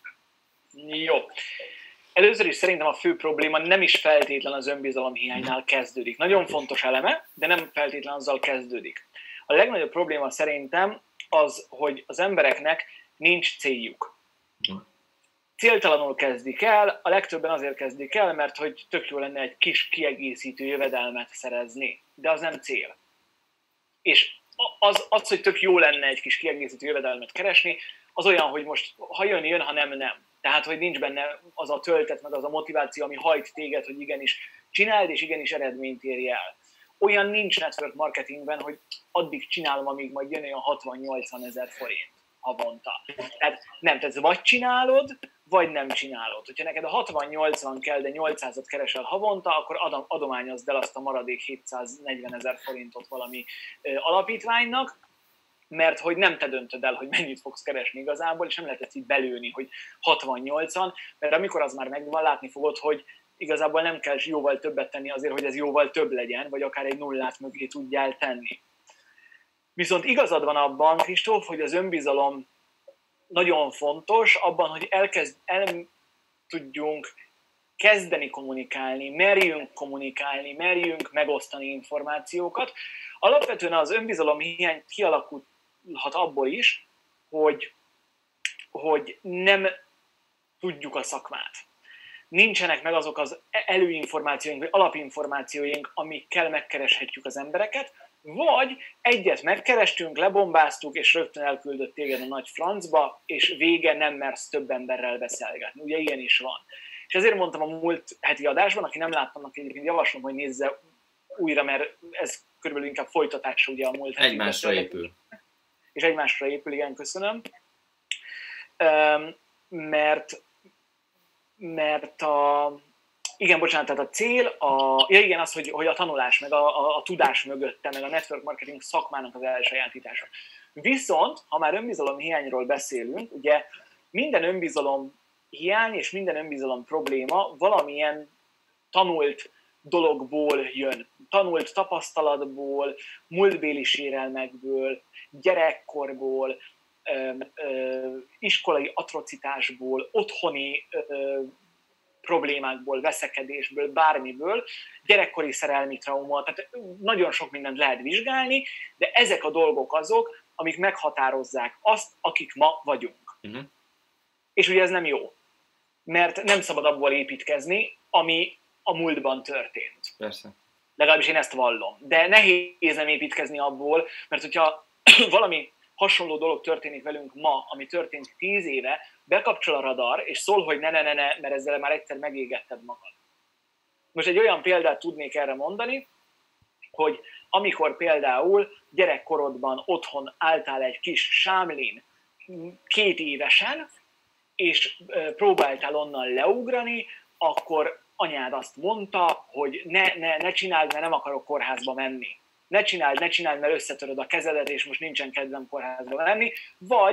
Jó. Először is szerintem a fő probléma nem is feltétlen az önbizalom hiánynál kezdődik. Nagyon fontos eleme, de nem feltétlen azzal kezdődik. A legnagyobb probléma szerintem az, hogy az embereknek nincs céljuk. Céltalanul kezdik el, a legtöbben azért kezdik el, mert hogy tök jó lenne egy kis kiegészítő jövedelmet szerezni, de az nem cél. És az, az, hogy tök jó lenne egy kis kiegészítő jövedelmet keresni, az olyan, hogy most ha jön, jön, ha nem, nem. Tehát, hogy nincs benne az a töltet, meg az a motiváció, ami hajt téged, hogy igenis csináld, és igenis eredményt érj el. Olyan nincs network marketingben, hogy addig csinálom, amíg majd jön olyan hatvan-nyolcvan ezer forint havonta. Tehát nem, tehát vagy csinálod, vagy nem csinálod. Hogyha neked a hatvan-nyolcvan kell, de nyolcszázat keresel havonta, akkor adom, adományozd el azt a maradék hétszáznegyven ezer forintot valami ö, alapítványnak, mert hogy nem te döntöd el, hogy mennyit fogsz keresni igazából, és nem lehet ezt így belőni, hogy hatvan-nyolcvan, mert amikor az már megvan, látni fogod, hogy igazából nem kell jóval többet tenni azért, hogy ez jóval több legyen, vagy akár egy nullát mögé tudjál tenni. Viszont igazad van abban, Kristóf, hogy az önbizalom nagyon fontos abban, hogy elkezd, el tudjunk kezdeni kommunikálni, merjünk kommunikálni, merjünk megosztani információkat. Alapvetően az önbizalom hiány kialakulhat abból is, hogy, hogy nem tudjuk a szakmát. Nincsenek meg azok az előinformációink, vagy alapinformációink, amikkel megkereshetjük az embereket, vagy egyet megkerestünk, lebombáztuk, és rögtön elküldött téged a nagy francba, és vége nem mersz több emberrel beszélgetni. Ugye ilyen is van. És ezért mondtam a múlt heti adásban, aki nem látta, annak egyébként javaslom, hogy nézze újra, mert ez körülbelül inkább folytatása ugye a múlt heti. Egymásra épül. És egymásra épül, igen, köszönöm. Mert, mert a... Igen, bocsánat, tehát a cél, a, ja igen, az, hogy, hogy a tanulás, meg a, a, a tudás mögötte, meg a network marketing szakmának az elsajátítása. Viszont, ha már önbizalom hiányról beszélünk, ugye minden önbizalom hiány és minden önbizalom probléma valamilyen tanult dologból jön. Tanult tapasztalatból, múltbéli sérelmekből, gyerekkorból, ö, ö, iskolai atrocitásból, otthoni ö, problémákból, veszekedésből, bármiből, gyerekkori szerelmi trauma, tehát nagyon sok mindent lehet vizsgálni, de ezek a dolgok azok, amik meghatározzák azt, akik ma vagyunk. Uh-huh. És ugye ez nem jó, mert nem szabad abból építkezni, ami a múltban történt. Persze. Legalábbis én ezt vallom. De nehéz nem építkezni abból, mert hogyha valami hasonló dolog történik velünk ma, ami történt tíz éve, bekapcsol a radar, és szól, hogy ne, ne, ne, ne, mert ezzel már egyszer megégetted magad. Most egy olyan példát tudnék erre mondani, hogy amikor például gyerekkorodban otthon álltál egy kis sámlin két évesen, és próbáltál onnan leugrani, akkor anyád azt mondta, hogy ne, ne, ne csináld, mert nem akarok kórházba menni. Ne csináld, ne csináld, mert összetöröd a kezedet, és most nincsen kedvem kórházba menni, vagy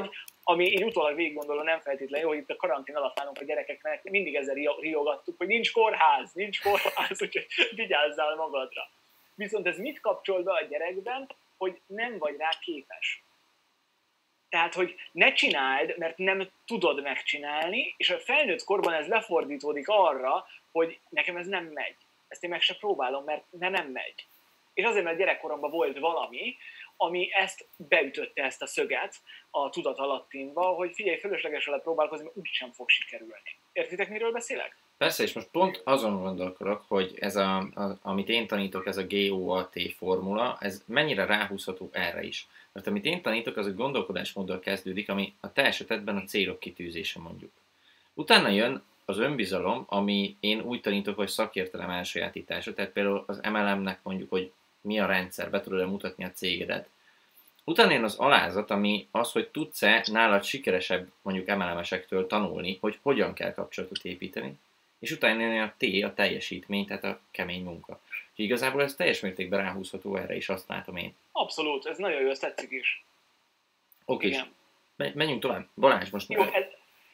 ami így utólag végig gondolom nem feltétlenül jó, itt a karantén alatt állunk a gyerekeknek, mindig ezzel riogattuk, hogy nincs kórház, nincs kórház, úgyhogy vigyázzál magadra. Viszont ez mit kapcsol be a gyerekben, hogy nem vagy rá képes. Tehát, hogy ne csináld, mert nem tudod megcsinálni, és a felnőtt korban ez lefordítódik arra, hogy nekem ez nem megy. Ezt én meg se próbálom, mert ne nem megy. És azért, mert gyerekkoromban volt valami, ami ezt beütötte ezt a szöget a tudatalattimba, hogy figyelj, fölösleges vele próbálkozni, mert úgysem fog sikerülni. Értitek, miről beszélek? Persze, és most pont azon gondolkodok, hogy ez a, a, amit én tanítok, ez a G O A T formula, ez mennyire ráhúzható erre is. Mert amit én tanítok, az a gondolkodásmóddal kezdődik, ami a te esetedben a célok kitűzése mondjuk. Utána jön az önbizalom, ami én úgy tanítok, hogy szakértelem elsajátítása, tehát például az em el em-nek mondjuk, hogy mi a rendszer, be tudod-e mutatni a cégedet. Utána jön az alázat, ami az, hogy tudsz-e nálad sikeresebb mondjuk em el em-esektől tanulni, hogy hogyan kell kapcsolatot építeni, és utána jön a T, a teljesítmény, tehát a kemény munka. Úgyhogy igazából ez teljes mértékben ráhúzható erre is, azt látom én. Abszolút, ez nagyon jó, ezt tetszik is. Oké, és menjünk tovább. Balázs, most... Jó, ez...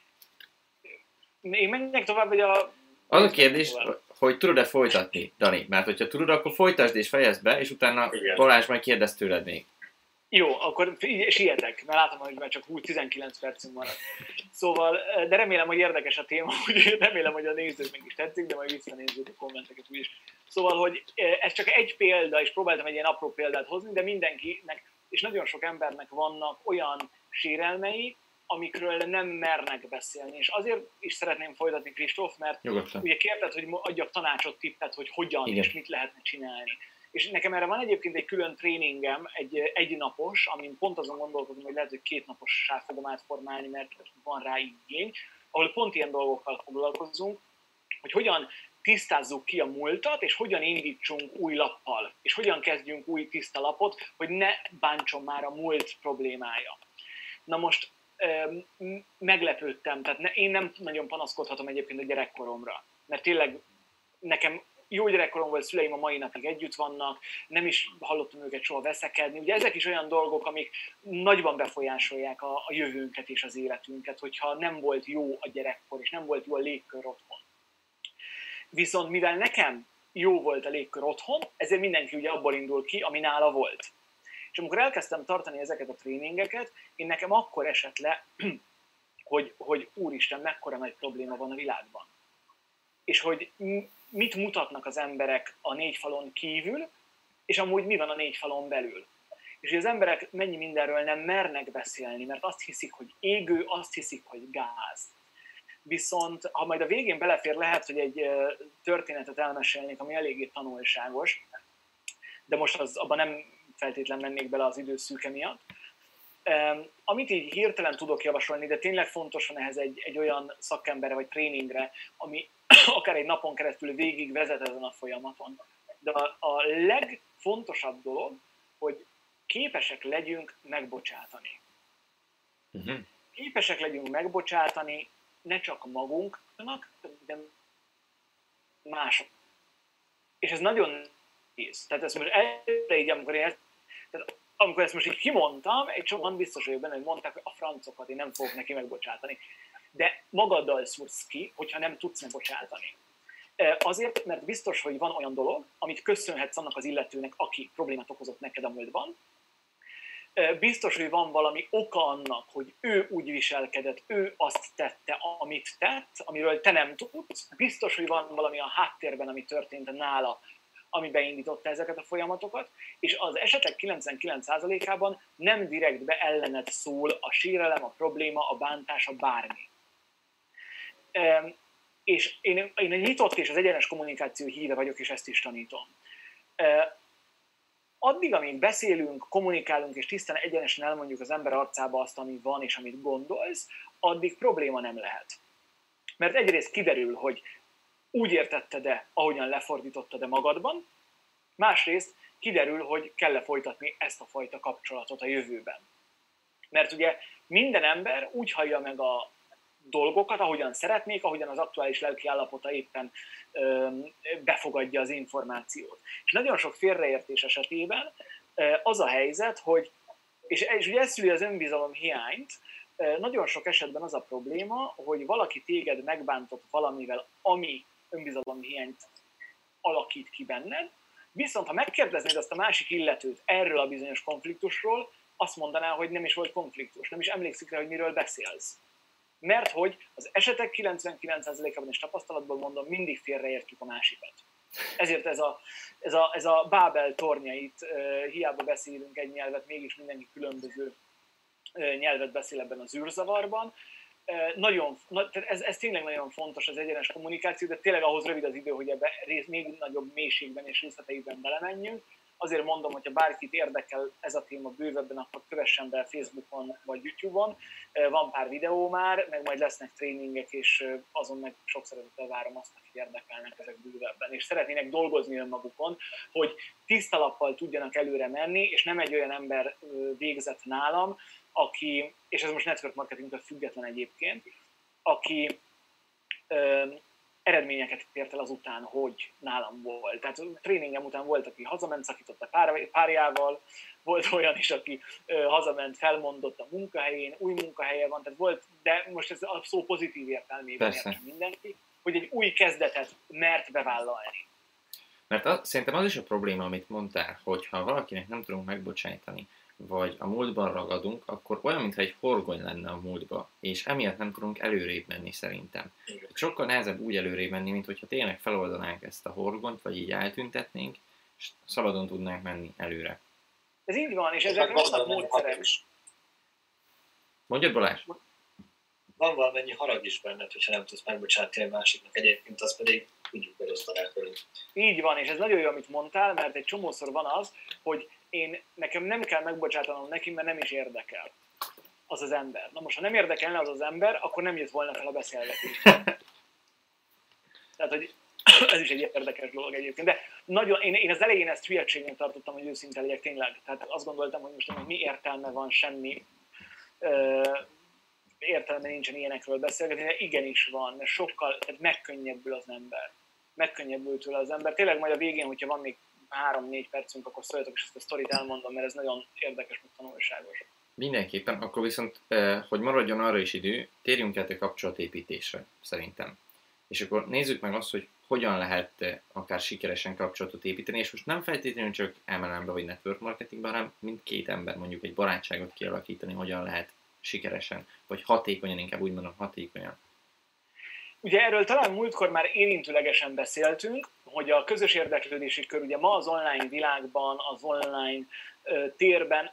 Én menjek tovább, vagy a... Az a kérdés, hogy tudod-e folytatni, Dani? Mert hogyha tudod, akkor folytasd és fejezd be, és utána igen. Balázs majd kérdez tőled még. Jó, akkor sietek, mert látom, hogy már csak húsz tizenkilenc percünk maradt. Szóval, de remélem, hogy érdekes a téma, úgy remélem, hogy a nézőknek is tetszik, de majd visszanézzük a kommenteket úgyis. Szóval, hogy ez csak egy példa, és próbáltam egy ilyen apró példát hozni, de mindenkinek, és nagyon sok embernek vannak olyan sérelmei, amikről nem mernek beszélni. És azért is szeretném folytatni, Kristóf, mert Nyugodtan. Ugye kérdezted, hogy adjak tanácsot, tippet, hogy hogyan igen. és mit lehetne csinálni. És nekem erre van egyébként egy külön tréningem, egy egynapos, amin pont azon gondolkozom, hogy lehet, hogy két napossá fogom átformálni, mert van rá igény, ahol pont ilyen dolgokkal foglalkozunk, hogy hogyan tisztázzuk ki a múltat, és hogyan indítsunk új lappal, és hogyan kezdjünk új tiszta lapot, hogy ne bántson már a múlt problémája. Na most meglepődtem, tehát én nem nagyon panaszkodhatom egyébként a gyerekkoromra, mert tényleg nekem jó gyerekkorom volt, szüleim a mai napig együtt vannak, nem is hallottam őket soha veszekedni. Ugye ezek is olyan dolgok, amik nagyban befolyásolják a, a jövőnket és az életünket, hogyha nem volt jó a gyerekkor, és nem volt jó a légkör otthon. Viszont mivel nekem jó volt a légkör otthon, ezért mindenki ugye abból indul ki, ami nála volt. És amikor elkezdtem tartani ezeket a tréningeket, én nekem akkor esett le, hogy, hogy úristen, mekkora nagy probléma van a világban. És hogy mit mutatnak az emberek a négy falon kívül, és amúgy mi van a négy falon belül. És hogy az emberek mennyi mindenről nem mernek beszélni, mert azt hiszik, hogy égő, azt hiszik, hogy gáz. Viszont, ha majd a végén belefér, lehet, hogy egy történetet elmesélnék, ami eléggé tanulságos, de most az, abban nem feltétlen mennék bele az időszűke miatt. Amit így hirtelen tudok javasolni, de tényleg fontos van ehhez egy, egy olyan szakemberre vagy tréningre, ami akár egy napon keresztül végig vezet ezen a folyamaton. De a, a legfontosabb dolog, hogy képesek legyünk megbocsátani. Uh-huh. Képesek legyünk megbocsátani ne csak magunknak, de mások. És ez nagyon nehéz. Tehát ezt most előre így, amikor én ezt, tehát amikor ezt most így kimondtam, egy sokan biztos vagyok benne, hogy mondták, hogy a francokat én nem fogok neki megbocsátani. De magaddal szúrsz ki, hogyha nem tudsz megbocsátani. Azért, mert biztos, hogy van olyan dolog, amit köszönhetsz annak az illetőnek, aki problémát okozott neked a múltban. Biztos, hogy van valami oka annak, hogy ő úgy viselkedett, ő azt tette, amit tett, amiről te nem tudsz. Biztos, hogy van valami a háttérben, ami történt nála, ami beindította ezeket a folyamatokat, és az esetek kilencvenkilenc százalékában nem direktbe ellened szól a sérelem, a probléma, a bántás, a bármi. E, és én, én egy nyitott és az egyenes kommunikáció híve vagyok, és ezt is tanítom. E, addig, amíg beszélünk, kommunikálunk, és tisztán egyenesen elmondjuk az ember arcába azt, ami van, és amit gondolsz, addig probléma nem lehet. Mert egyrészt kiderül, hogy úgy értetted-e, ahogyan lefordítottad-e magadban, másrészt kiderül, hogy kell-e folytatni ezt a fajta kapcsolatot a jövőben. Mert ugye minden ember úgy hallja meg a dolgokat, ahogyan szeretnék, ahogyan az aktuális lelki állapota éppen ö, befogadja az információt. És nagyon sok félreértés esetében ö, az a helyzet, hogy, és, és ugye ez szüli az önbizalom hiányt, Nagyon sok esetben az a probléma, hogy valaki téged megbántott valamivel, ami önbizalomhiányt alakít ki benned, viszont ha megkérdeznéd azt a másik illetőt erről a bizonyos konfliktusról, azt mondaná, hogy nem is volt konfliktus, nem is emlékszik rá, hogy miről beszélsz. Mert hogy az esetek kilencvenkilenc százalékában és tapasztalatból mondom, mindig félreértjük a másikat. Ezért ez a, ez a, ez a Bábel tornyait, hiába beszélünk egy nyelvet, mégis mindenki különböző nyelvet beszél ebben az űrzavarban. Nagyon, ez, ez tényleg nagyon fontos az egyenes kommunikáció, de tényleg ahhoz rövid az idő, hogy ebbe rész, még nagyobb mélységben és részleteiben belemenjünk. Azért mondom, hogyha bárkit érdekel ez a téma bővebben, akkor kövessen be Facebookon vagy YouTube-on. Van pár videó már, meg majd lesznek tréningek, és azon meg sok szeretettel várom azt, akik érdekelnek ezek bővebben. És szeretnének dolgozni önmagukon, hogy tiszta lappal tudjanak előre menni, és nem egy olyan ember végzett nálam, aki, és ez most network marketingtől független egyébként, aki ö, eredményeket ért el azután, hogy nálam volt. Tehát a tréningem után volt, aki hazament, szakított a pár, párjával, volt olyan is, aki ö, hazament, felmondott a munkahelyén, új munkahelye van, tehát volt, de most ez a szó pozitív értelmében értem mindenki, hogy egy új kezdetet mert bevállalni. Mert az, szerintem az is a probléma, amit mondtál, hogy ha valakinek nem tudunk megbocsájtani, vagy a múltban ragadunk, akkor olyan, mintha egy horgony lenne a múltba, és emiatt nem tudunk előrébb menni szerintem. Sokkal nehezebb úgy előrébb menni, mint hogyha tényleg feloldanánk ezt a horgonyt, vagy így eltüntetnénk, és szabadon tudnánk menni előre. Ez így van, és ezek vannak módszerek. Mondjad, Balázs? Van valamennyi harag is benned, hogyha nem tudsz megbocsátni a másiknak, egyébként az pedig tudjuk, hogy osztanák velünk. Így van, és ez nagyon jó, amit mondtál, mert egy csomószor van az, hogy én, nekem nem kell megbocsátanom neki, mert nem is érdekel az az ember. Na most, ha nem érdekelne az az ember, akkor nem jött volna fel a beszélgetés. Tehát, hogy ez is egy érdekes dolog egyébként. De nagyon, én, én az elején ezt hülyeségnek tartottam, hogy őszinte legyek tényleg. Tehát azt gondoltam, hogy most nem, mi értelme van, semmi ö, értelme nincsen ilyenekről beszélgetni, de igenis van, mert sokkal, tehát megkönnyebbül az ember. Megkönnyebbül tőle az ember. Tényleg majd a végén, hogyha van még három-négy percünk, akkor szóljatok, és ezt a sztorit elmondom, mert ez nagyon érdekes, meg tanulságos. Mindenképpen, akkor viszont, hogy maradjon arra is idő, térjünk át a kapcsolatépítésre, szerintem. És akkor nézzük meg azt, hogy hogyan lehet akár sikeresen kapcsolatot építeni, és most nem feltétlenül csak em el em-ben vagy network marketingben, hanem mindkét ember mondjuk egy barátságot kialakítani, hogyan lehet sikeresen, vagy hatékonyan, inkább úgy mondom, hatékonyan. Ugye erről talán múltkor már érintőlegesen beszéltünk, hogy a közös érdeklődési kör ugye ma az online világban, az online ö, térben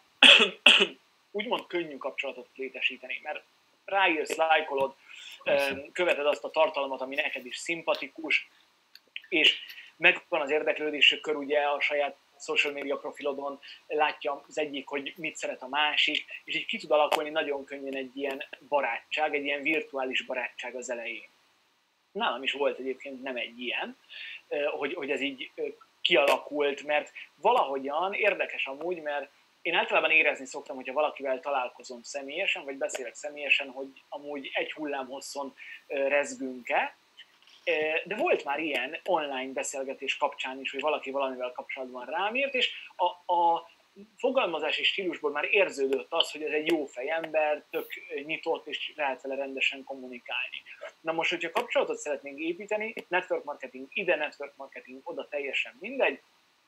úgymond könnyű kapcsolatot létesíteni, mert ráírsz, lájkolod, ö, követed azt a tartalmat, ami neked is szimpatikus, és megvan az érdeklődési kör ugye a saját social media profilodon, látja az egyik, hogy mit szeret a másik, és így ki tud alakulni nagyon könnyen egy ilyen barátság, egy ilyen virtuális barátság az elején. Nálam is volt egyébként nem egy ilyen, hogy, hogy ez így kialakult, mert valahogyan érdekes amúgy, mert én általában érezni szoktam, hogyha valakivel találkozom személyesen, vagy beszélek személyesen, hogy amúgy egy hullámhosszon rezgünk-e, de volt már ilyen online beszélgetés kapcsán is, hogy valaki valamivel kapcsolatban rám írt, és a, a fogalmazási stílusból már érződött az, hogy ez egy jó fejember, tök nyitott, és lehet vele rendesen kommunikálni. Na most, hogyha kapcsolatot szeretnénk építeni, network marketing ide, network marketing oda, teljesen mindegy,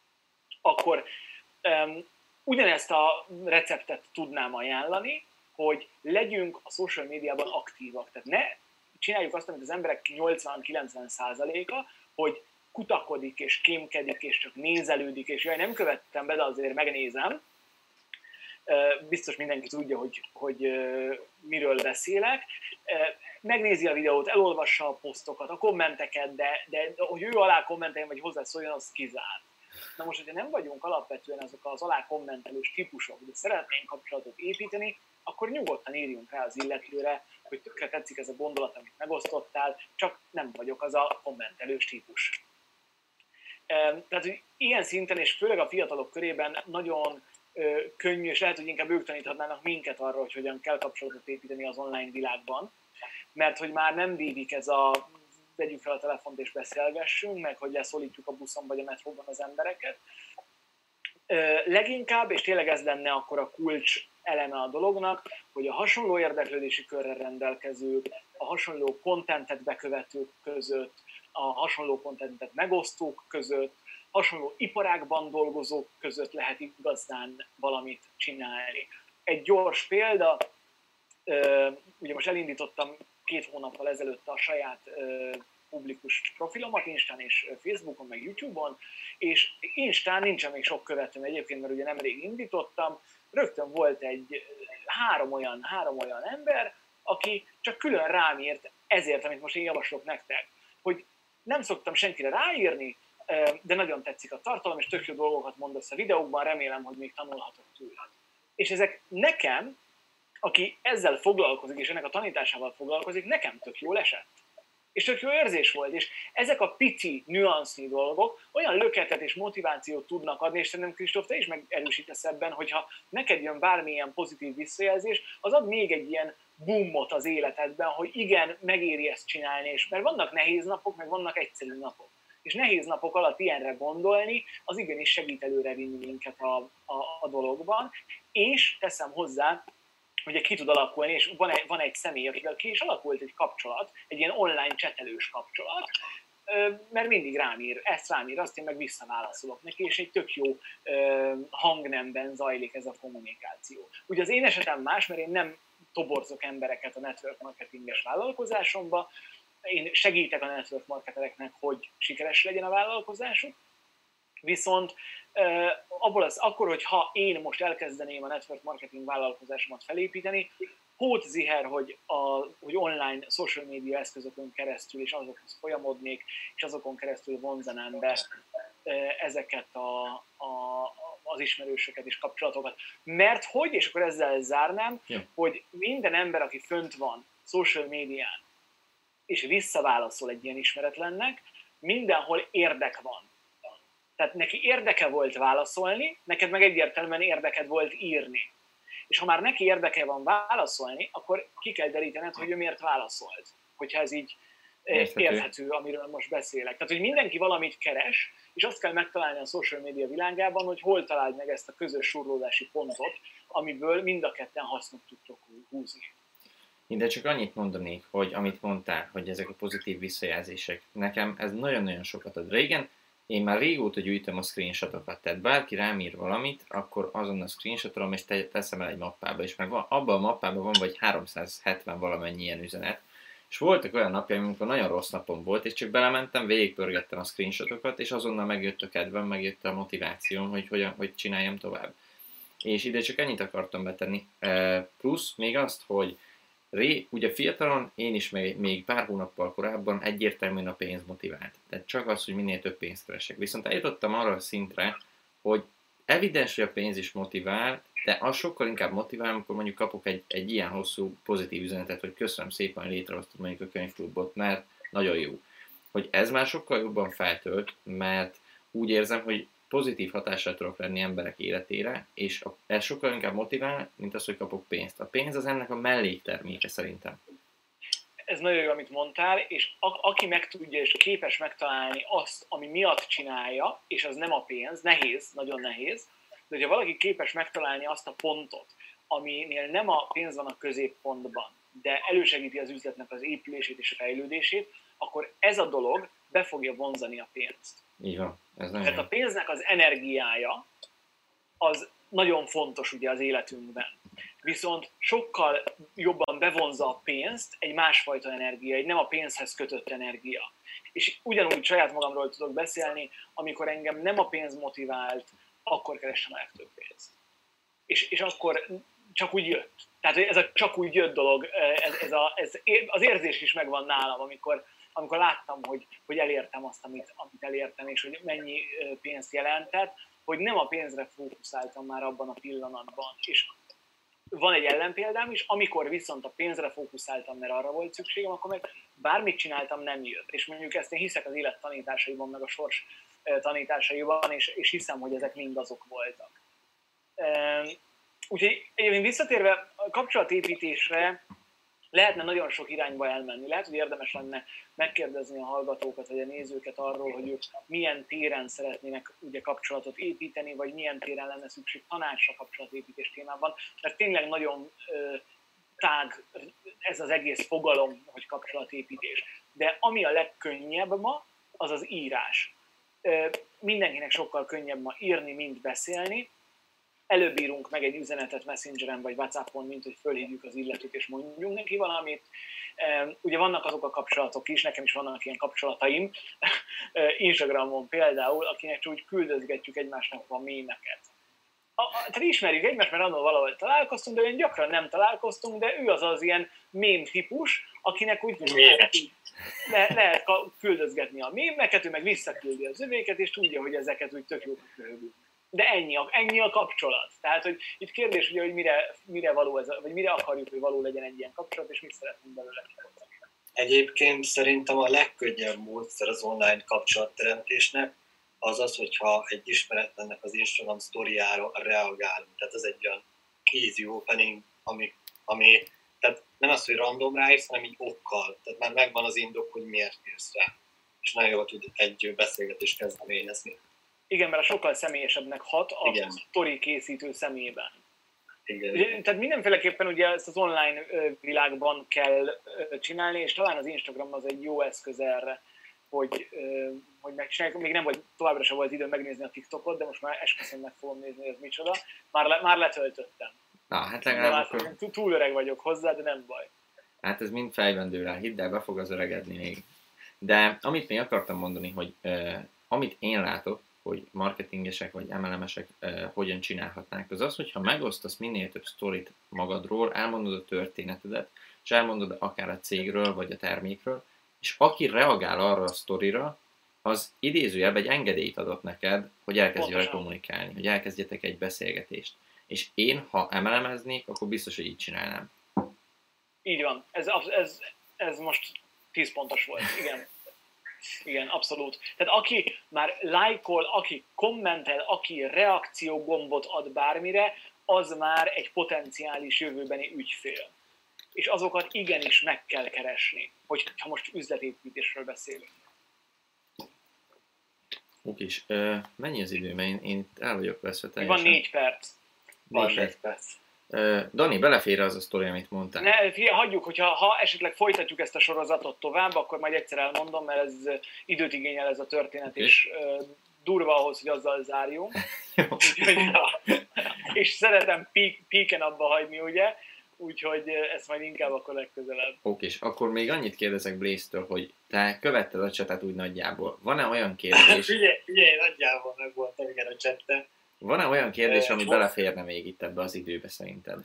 akkor um, ugyanezt a receptet tudnám ajánlani, hogy legyünk a social médiában aktívak. Tehát ne csináljuk azt, amit az emberek nyolcvan-kilencven százaléka, hogy kutakodik és kémkedik, és csak nézelődik, és jaj, nem követtem be, de azért megnézem. Biztos mindenki tudja, hogy, hogy miről beszélek. Megnézi a videót, elolvassa a posztokat, a kommenteket, de, de hogy ő alá kommenteljen, vagy hozzászóljon, az kizárt. Na most, hogyha nem vagyunk alapvetően azok az alá kommentelős típusok, de szeretnénk kapcsolatot építeni, akkor nyugodtan írjunk rá az illetőre, hogy tökre tetszik ez a gondolat, amit megosztottál, csak nem vagyok az a kommentelős típus. Tehát, hogy ilyen szinten, és főleg a fiatalok körében nagyon ö, könnyű, és lehet, hogy inkább ők taníthatnának minket arra, hogy hogyan kell kapcsolatot építeni az online világban, mert hogy már nem vívik ez a vegyük fel a telefont és beszélgessünk, meg hogy leszólítjuk a buszon vagy a metróban az embereket. Leginkább, és tényleg ez lenne akkor a kulcs eleme a dolognak, hogy a hasonló érdeklődési körrel rendelkezők, a hasonló kontentet bekövetők között, a hasonló kontentet megosztók között, hasonló iparágban dolgozók között lehet igazán valamit csinálni. Egy gyors példa, ugye most elindítottam két hónappal ezelőtt a saját publikus profilomat Instán és Facebookon, meg YouTube-on, és Instán nincsen még sok követőm egyébként, mert ugye nemrég indítottam, rögtön volt egy három olyan, három olyan ember, aki csak külön rám írt ezért, amit most én javaslok nektek, hogy nem szoktam senkire ráírni, de nagyon tetszik a tartalom, és tök jó dolgokat mondasz a videókban, remélem, hogy még tanulhatok tőled. És ezek nekem, aki ezzel foglalkozik, és ennek a tanításával foglalkozik, nekem tök jól esett. És tök jó érzés volt, és ezek a pici, nüansznyi dolgok olyan löketet és motivációt tudnak adni, és szerintem Kristóf, te is megerősítesz ebben, hogyha neked jön bármilyen pozitív visszajelzés, az ad még egy ilyen boomot az életedben, hogy igen, megéri ezt csinálni, és mert vannak nehéz napok, meg vannak egyszerű napok. És nehéz napok alatt ilyenre gondolni, az igenis segít előre vinni minket a, a, a dologban, és teszem hozzá, hogy ki tud alakulni, és van egy, van egy személy, akivel ki is alakult egy kapcsolat, egy ilyen online csetelős kapcsolat, mert mindig rám ír, ezt rám ír, azt én meg visszaválaszolok neki, és egy tök jó hangnemben zajlik ez a kommunikáció. Ugye az én esetem más, mert én nem toborzok embereket a network marketinges vállalkozásomba, én segítek a network marketereknek, hogy sikeres legyen a vállalkozásuk, viszont abból az, akkor, hogyha én most elkezdeném a network marketing vállalkozásomat felépíteni, hótziher, hogy, a, hogy online social media eszközökön keresztül és azokhoz folyamodnék, és azokon keresztül vonzanám be ezeket a, a, az ismerősöket és kapcsolatokat. Mert hogy, és akkor ezzel zárnám, ja. hogy minden ember, aki fönt van social médián, és visszaválaszol egy ilyen ismeretlennek, mindenhol érdek van. Tehát neki érdeke volt válaszolni, neked meg egyértelműen érdeked volt írni. És ha már neki érdeke van válaszolni, akkor ki kell derítened, hogy ő miért válaszolt. Hogyha ez így érthető, érthető amiről most beszélek. Tehát, hogy mindenki valamit keres, és azt kell megtalálni a social media világában, hogy hol találd meg ezt a közös surlódási pontot, amiből mind a ketten hasznot tudtok húzni. De csak annyit mondanék, hogy amit mondtál, hogy ezek a pozitív visszajelzések, nekem ez nagyon-nagyon sokat ad. Régen én már régóta gyűjtöm a screenshotokat, tehát bárki rám ír valamit, akkor azon a screenshotolom, és teszem el egy mappába, és meg van, abban a mappában van vagy háromszázhetven valamennyi ilyen üzenet, és voltak olyan napjaim, amikor nagyon rossz napom volt, és csak belementem, végigpörgettem a screenshotokat, és azonnal megjött a kedvem, megjött a motivációm, hogy hogyan, hogy csináljam tovább. És ide csak ennyit akartam betenni. Plusz még azt, hogy Ré, ugye fiatalon én is még, még pár hónappal korábban egyértelműen a pénz motivált. Tehát csak az, hogy minél több pénzt keresek. Viszont eljutottam arra a szintre, hogy evidens, hogy a pénz is motivál, de az sokkal inkább motivál, amikor mondjuk kapok egy, egy ilyen hosszú pozitív üzenetet, hogy köszönöm szépen, hogy létrehoztad mondjuk a könyvklubot, mert nagyon jó. Hogy ez már sokkal jobban feltölt, mert úgy érzem, hogy pozitív hatással tudok lenni emberek életére, és ez sokkal inkább motivál, mint az, hogy kapok pénzt. A pénz az ennek a mellékterméke szerintem. Ez nagyon jó, amit mondtál, és a- aki meg tudja és képes megtalálni azt, ami miatt csinálja, és az nem a pénz, nehéz, nagyon nehéz, de hogyha valaki képes megtalálni azt a pontot, aminél nem a pénz van a középpontban, de elősegíti az üzletnek az épülését és fejlődését, akkor ez a dolog be fogja vonzani a pénzt. Így van. Ez nem Tehát a pénznek az energiája az nagyon fontos ugye az életünkben. Viszont sokkal jobban bevonza a pénzt egy másfajta energia, egy nem a pénzhez kötött energia. És ugyanúgy saját magamról tudok beszélni, amikor engem nem a pénz motivált, akkor keresem a legtöbb pénzt. És, és akkor csak úgy jött. Tehát ez a csak úgy jött dolog, ez, ez a, ez, az érzés is megvan nálam, amikor amikor láttam, hogy, hogy elértem azt, amit, amit elértem, és hogy mennyi pénzt jelentett, hogy nem a pénzre fókuszáltam már abban a pillanatban. És van egy ellenpéldám is, amikor viszont a pénzre fókuszáltam, mert arra volt szükségem, akkor meg bármit csináltam, nem jött. És mondjuk ezt én hiszek az élet tanításaiban, meg a sors tanításaiban, és, és hiszem, hogy ezek mind azok voltak. Úgyhogy egyébként visszatérve a kapcsolatépítésre, lehetne nagyon sok irányba elmenni. Lehet, hogy érdemes lenne megkérdezni a hallgatókat, vagy a nézőket arról, hogy ők milyen téren szeretnének ugye kapcsolatot építeni, vagy milyen téren lenne szükség tanácsra kapcsolatépítés témában. Mert tényleg nagyon ö, tág ez az egész fogalom, hogy kapcsolatépítés. De ami a legkönnyebb ma, az az írás. Ö, mindenkinek sokkal könnyebb ma írni, mint beszélni. Előbb írunk meg egy üzenetet Messengeren vagy WhatsAppon, mint hogy fölhívjuk az illetőt és mondjunk neki valamit. Ugye vannak azok a kapcsolatok is, nekem is vannak ilyen kapcsolataim, Instagramon például, akinek csak úgy küldözgetjük egymásnak a mémeket. A, a, tehát ismerjük egymást, mert annól valahol találkoztunk, de olyan gyakran nem találkoztunk, de ő az az ilyen mém típus, akinek úgy lehet, le, lehet küldözgetni a mémeket, ő meg visszaküldi az övéket, és tudja, hogy ezeket úgy tök jók röhögünk. De ennyi a, ennyi a kapcsolat. Tehát, hogy itt kérdés ugye, hogy mire, mire való ez, vagy mire akarjuk, hogy való legyen egy ilyen kapcsolat, és mit szeretnénk belőle. Egyébként szerintem a legkönnyebb módszer az online kapcsolatteremtésnek az az, hogyha egy ismeretlennek az Instagram sztoriára reagálunk. Tehát ez egy olyan easy opening, ami, ami tehát nem az, hogy random ráírsz, hanem így okkal. Tehát már megvan az indok, hogy miért írsz rá. És nagyon jól tud egy beszélgetést kezdeményezni. Igen, mert a sokkal személyesebbnek hat a Igen. sztori készítő szemében. Igen. Ugye, tehát mindenféleképpen ugye ezt az online világban kell csinálni, és talán az Instagram az egy jó eszköz erre, hogy, hogy megcsináljuk. Még nem vagy, továbbra sem volt időm megnézni a TikTokot, de most már esküszöm meg fogom nézni, hogy ez micsoda. Már, le, már letöltöttem. Na, hát legalább akkor... Túl öreg vagyok hozzá, de nem baj. Hát ez mind fejben dől rá, hidd el, be fog az öregedni még. De amit még akartam mondani, hogy eh, amit én látok, hogy marketingesek vagy em el em-esek eh, hogyan csinálhatnák, az az, hogyha megosztasz minél több sztorit magadról, elmondod a történetedet, és elmondod akár a cégről, vagy a termékről, és aki reagál arra a sztorira, az idézőjelben egy engedélyt adott neked, hogy elkezdj vele kommunikálni, hogy elkezdjetek egy beszélgetést. És én, ha em el em-eznék, akkor biztos, hogy így csinálnám. Így van. Ez, ez, ez most tíz pontos volt. Igen. Igen, abszolút. Tehát aki már lájkol, aki kommentel, aki reakciógombot ad bármire, az már egy potenciális jövőbeni ügyfél. És azokat igenis meg kell keresni, hogyha most üzletépítésről beszélünk. Oké, és uh, mennyi az idő? Mert én, én itt el vagyok veszve teljesen. Van négy perc. Van négy perc. Uh, Dani, belefér az a sztori, amit mondtál? Ne, figyelj, hagyjuk, hogyha ha esetleg folytatjuk ezt a sorozatot tovább, akkor majd egyszer elmondom, mert ez időt igényel ez a történet, és, és uh, durva ahhoz, hogy azzal zárjunk. Úgyhogy, ja. És szeretem pík, píken abba hagyni, ugye? Úgyhogy ezt majd inkább akkor legközelebb. Oké, és akkor még annyit kérdezek Blaze-től, hogy te követted a csetet úgy nagyjából. Van-e olyan kérdés? Figyelj, figyelj, nagyjából meg voltam igen a csettel. Van-e olyan kérdés, ami beleférne még itt ebbe az időbe szerinted?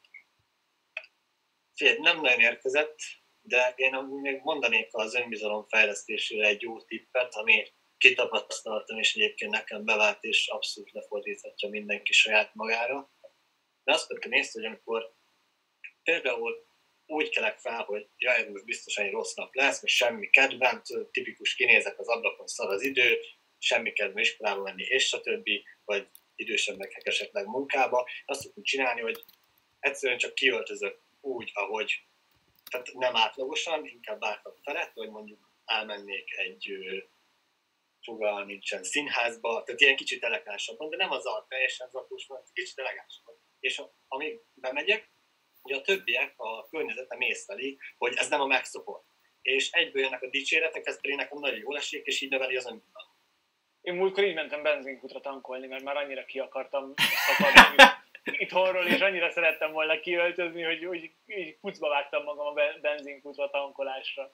Figyelj, nem nagyon érkezett, de én még mondanék az önbizalom fejlesztésére egy jó tippet, ami kitapasztaltam, és egyébként nekem bevált, és abszolút lefordíthatja mindenki saját magára. De azt pedig nézd, hogy amikor például úgy kelek fel, hogy jaj, ez most biztosan egy rossz nap lesz, mert semmi kedvem, tipikus kinézek az ablakon, szar az idő, semmi kedvem iskolába menni, és stb., vagy idősebbek esetleg munkába. Azt tudjuk csinálni, hogy egyszerűen csak kiöltözök úgy, ahogy, tehát nem átlagosan, inkább átlag felett, hogy mondjuk elmennék egy fogalma nincsen színházba, tehát ilyen kicsit elegánsabban, de nem az a teljesen zakós, mert kicsit elegánsabban. És amíg bemegyek, ugye a többiek a környezetem észleli, hogy ez nem a megszokott. És egyből jönnek a dicséretek, ez pedig nekem nagyon jól esik, és így növeli az önbizalmat. Én múltkor így mentem benzinkutra tankolni, mert már annyira ki akartam szakadni itthonról, és annyira szerettem volna kiöltözni, hogy úgy, így pucba vágtam magam a benzinkutra tankolásra.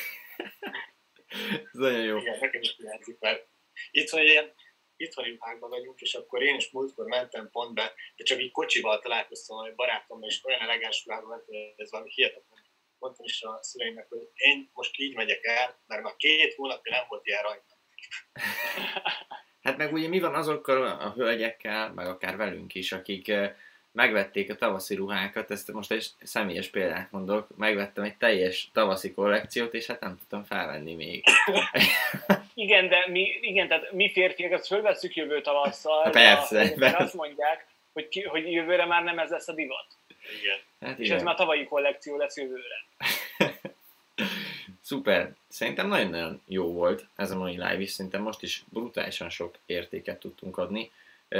Ez nagyon jó. Igen, nekem is hiányzik, mert itthon ilyen itthoni ruhákban vagyunk, és akkor én is múltkor mentem pont be, de csak így kocsival találkoztam, hogy barátommal, és olyan elegáns ruhában mentem, hogy ez valami hihetetlen. Mondtam is a szüleimnek, hogy én most így megyek el, mert már két hónapja nem volt ilyen rajta. Hát meg ugye mi van azokkal a hölgyekkel, meg akár velünk is, akik megvették a tavaszi ruhákat, ezt most egy személyes példát mondok, megvettem egy teljes tavaszi kollekciót, és hát nem tudtam felvenni még. Igen, de mi, igen, tehát mi férfiak azt fölvesszük jövő tavasszal. Persze, de azt mondják, hogy, ki, hogy jövőre már nem ez lesz a divat. Igen. Hát és igen. ez már tavalyi kollekció lesz jövőre. Szuper. Szerintem nagyon-nagyon jó volt ez a mai live is, szerintem most is brutálisan sok értéket tudtunk adni.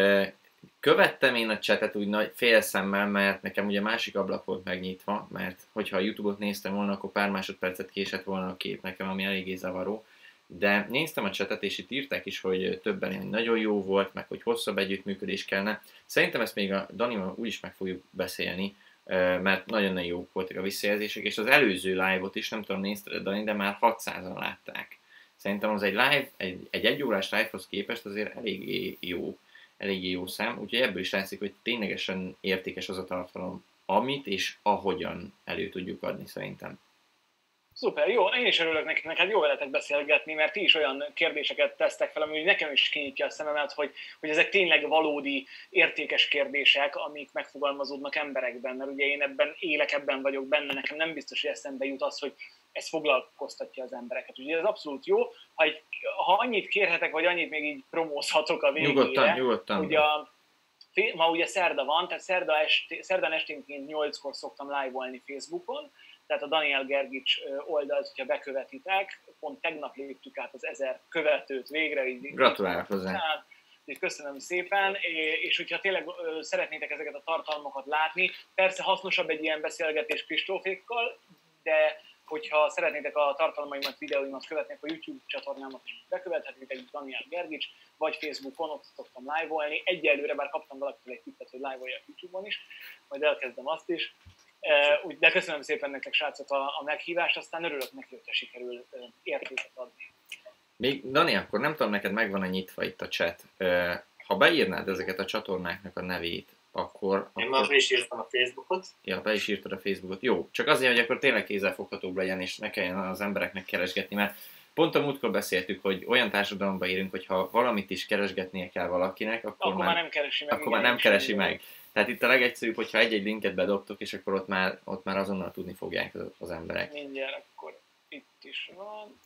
Követtem én a chatet úgy nagy félszemmel, mert nekem ugye másik ablak volt megnyitva, mert hogyha a YouTube-ot néztem volna, akkor pár másodpercet késett volna a kép nekem, ami eléggé zavaró. De néztem a chatet, és itt írták is, hogy többen hogy nagyon jó volt, meg hogy hosszabb együttműködés kellene. Szerintem ezt még a Danival úgy is meg fogjuk beszélni, mert nagyon-nagyon jók voltak a visszajelzések, és az előző live-ot is, nem tudom, nézted, Dani, de már hatszázan látták. Szerintem az egy live, egy, egy egyórás live-hoz képest azért eléggé jó, eléggé jó szám, úgyhogy ebből is látszik, hogy ténylegesen értékes az a tartalom, amit és ahogyan elő tudjuk adni szerintem. Szuper, jó, én is örülök nekik, neked jó veletek beszélgetni, mert ti is olyan kérdéseket tesztek fel, ami nekem is kinyitja a szememet, hogy, hogy ezek tényleg valódi, értékes kérdések, amik megfogalmazódnak emberekben, mert ugye én ebben élek, ebben vagyok benne, nekem nem biztos, hogy eszembe jut az, hogy ez foglalkoztatja az embereket. Ugye ez abszolút jó, ha, egy, ha annyit kérhetek, vagy annyit még így promózhatok a végére, nyugodtan, nyugodtan. hogy a, ma ugye szerda van, tehát szerda esti, szerdán esténként nyolckor szoktam live-olni Facebookon, tehát a Daniel Gergics oldalt, hogyha bekövetitek, pont tegnap léptük át az ezer követőt végre. Így gratulálok hozzá! Így köszönöm szépen, és hogyha tényleg szeretnétek ezeket a tartalmakat látni, persze hasznosabb egy ilyen beszélgetés Kristófékkal, de hogyha szeretnétek a tartalmaimat, videóimat követni, akkor YouTube csatornámat is bekövethetitek, Daniel Gergics, vagy Facebookon, ott szoktam live-olni. Egyelőre, bár kaptam valakitől egy tippet, hogy live-oljak YouTube-on is, majd elkezdem azt is. Uh, de köszönöm szépen nektek, srácok, a, a meghívást, aztán örülök neki, hogyha sikerül uh, értéket adni. Még, Dani, akkor nem tudom, neked megvan a nyitva itt a chat. Uh, ha beírnád ezeket a csatornáknak a nevét, akkor... Én akkor... már be is írtam a Facebookot. Ja, be is írtad a Facebookot. Jó, csak azért, hogy akkor tényleg kézzelfoghatóbb legyen, és ne kelljen az embereknek keresgetni, mert pont a múltkor beszéltük, hogy olyan társadalomba érünk, hogy ha valamit is keresgetnie kell valakinek, akkor, akkor már, már nem keresi meg. Akkor már nem keresi meg. Tehát itt a legegyszerűbb, hogyha egy-egy linket bedobtok, és akkor ott már, ott már azonnal tudni fogják az, az emberek. Mindjárt akkor itt is van.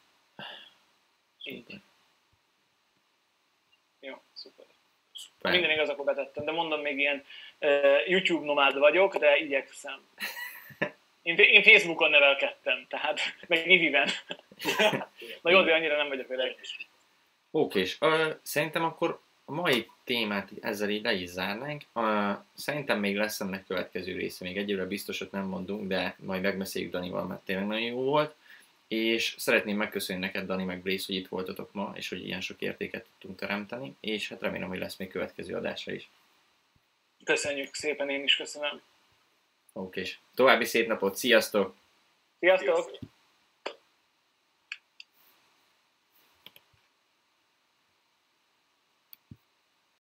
Így. Jó, szuper. szuper. Minden igaz, akkor betettem, de mondom, még ilyen uh, YouTube nomád vagyok, de igyekszem. Én, én Facebookon nevelkedtem, tehát meg Iviben. Na jó, de annyira nem vagyok vele. Oké, és uh, szerintem akkor a mai témát ezzel így le is zárnánk. Uh, szerintem még lesz ennek következő része, még egyébként biztosat nem mondunk, de majd megbeszéljük Danival, mert tényleg nagyon jó volt. És szeretném megköszönni neked, Dani, meg Blaze, hogy itt voltatok ma, és hogy ilyen sok értéket tudtunk teremteni, és hát remélem, hogy lesz még következő adásra is. Köszönjük szépen, én is köszönöm. Oké, és további szép napot, sziasztok! Sziasztok!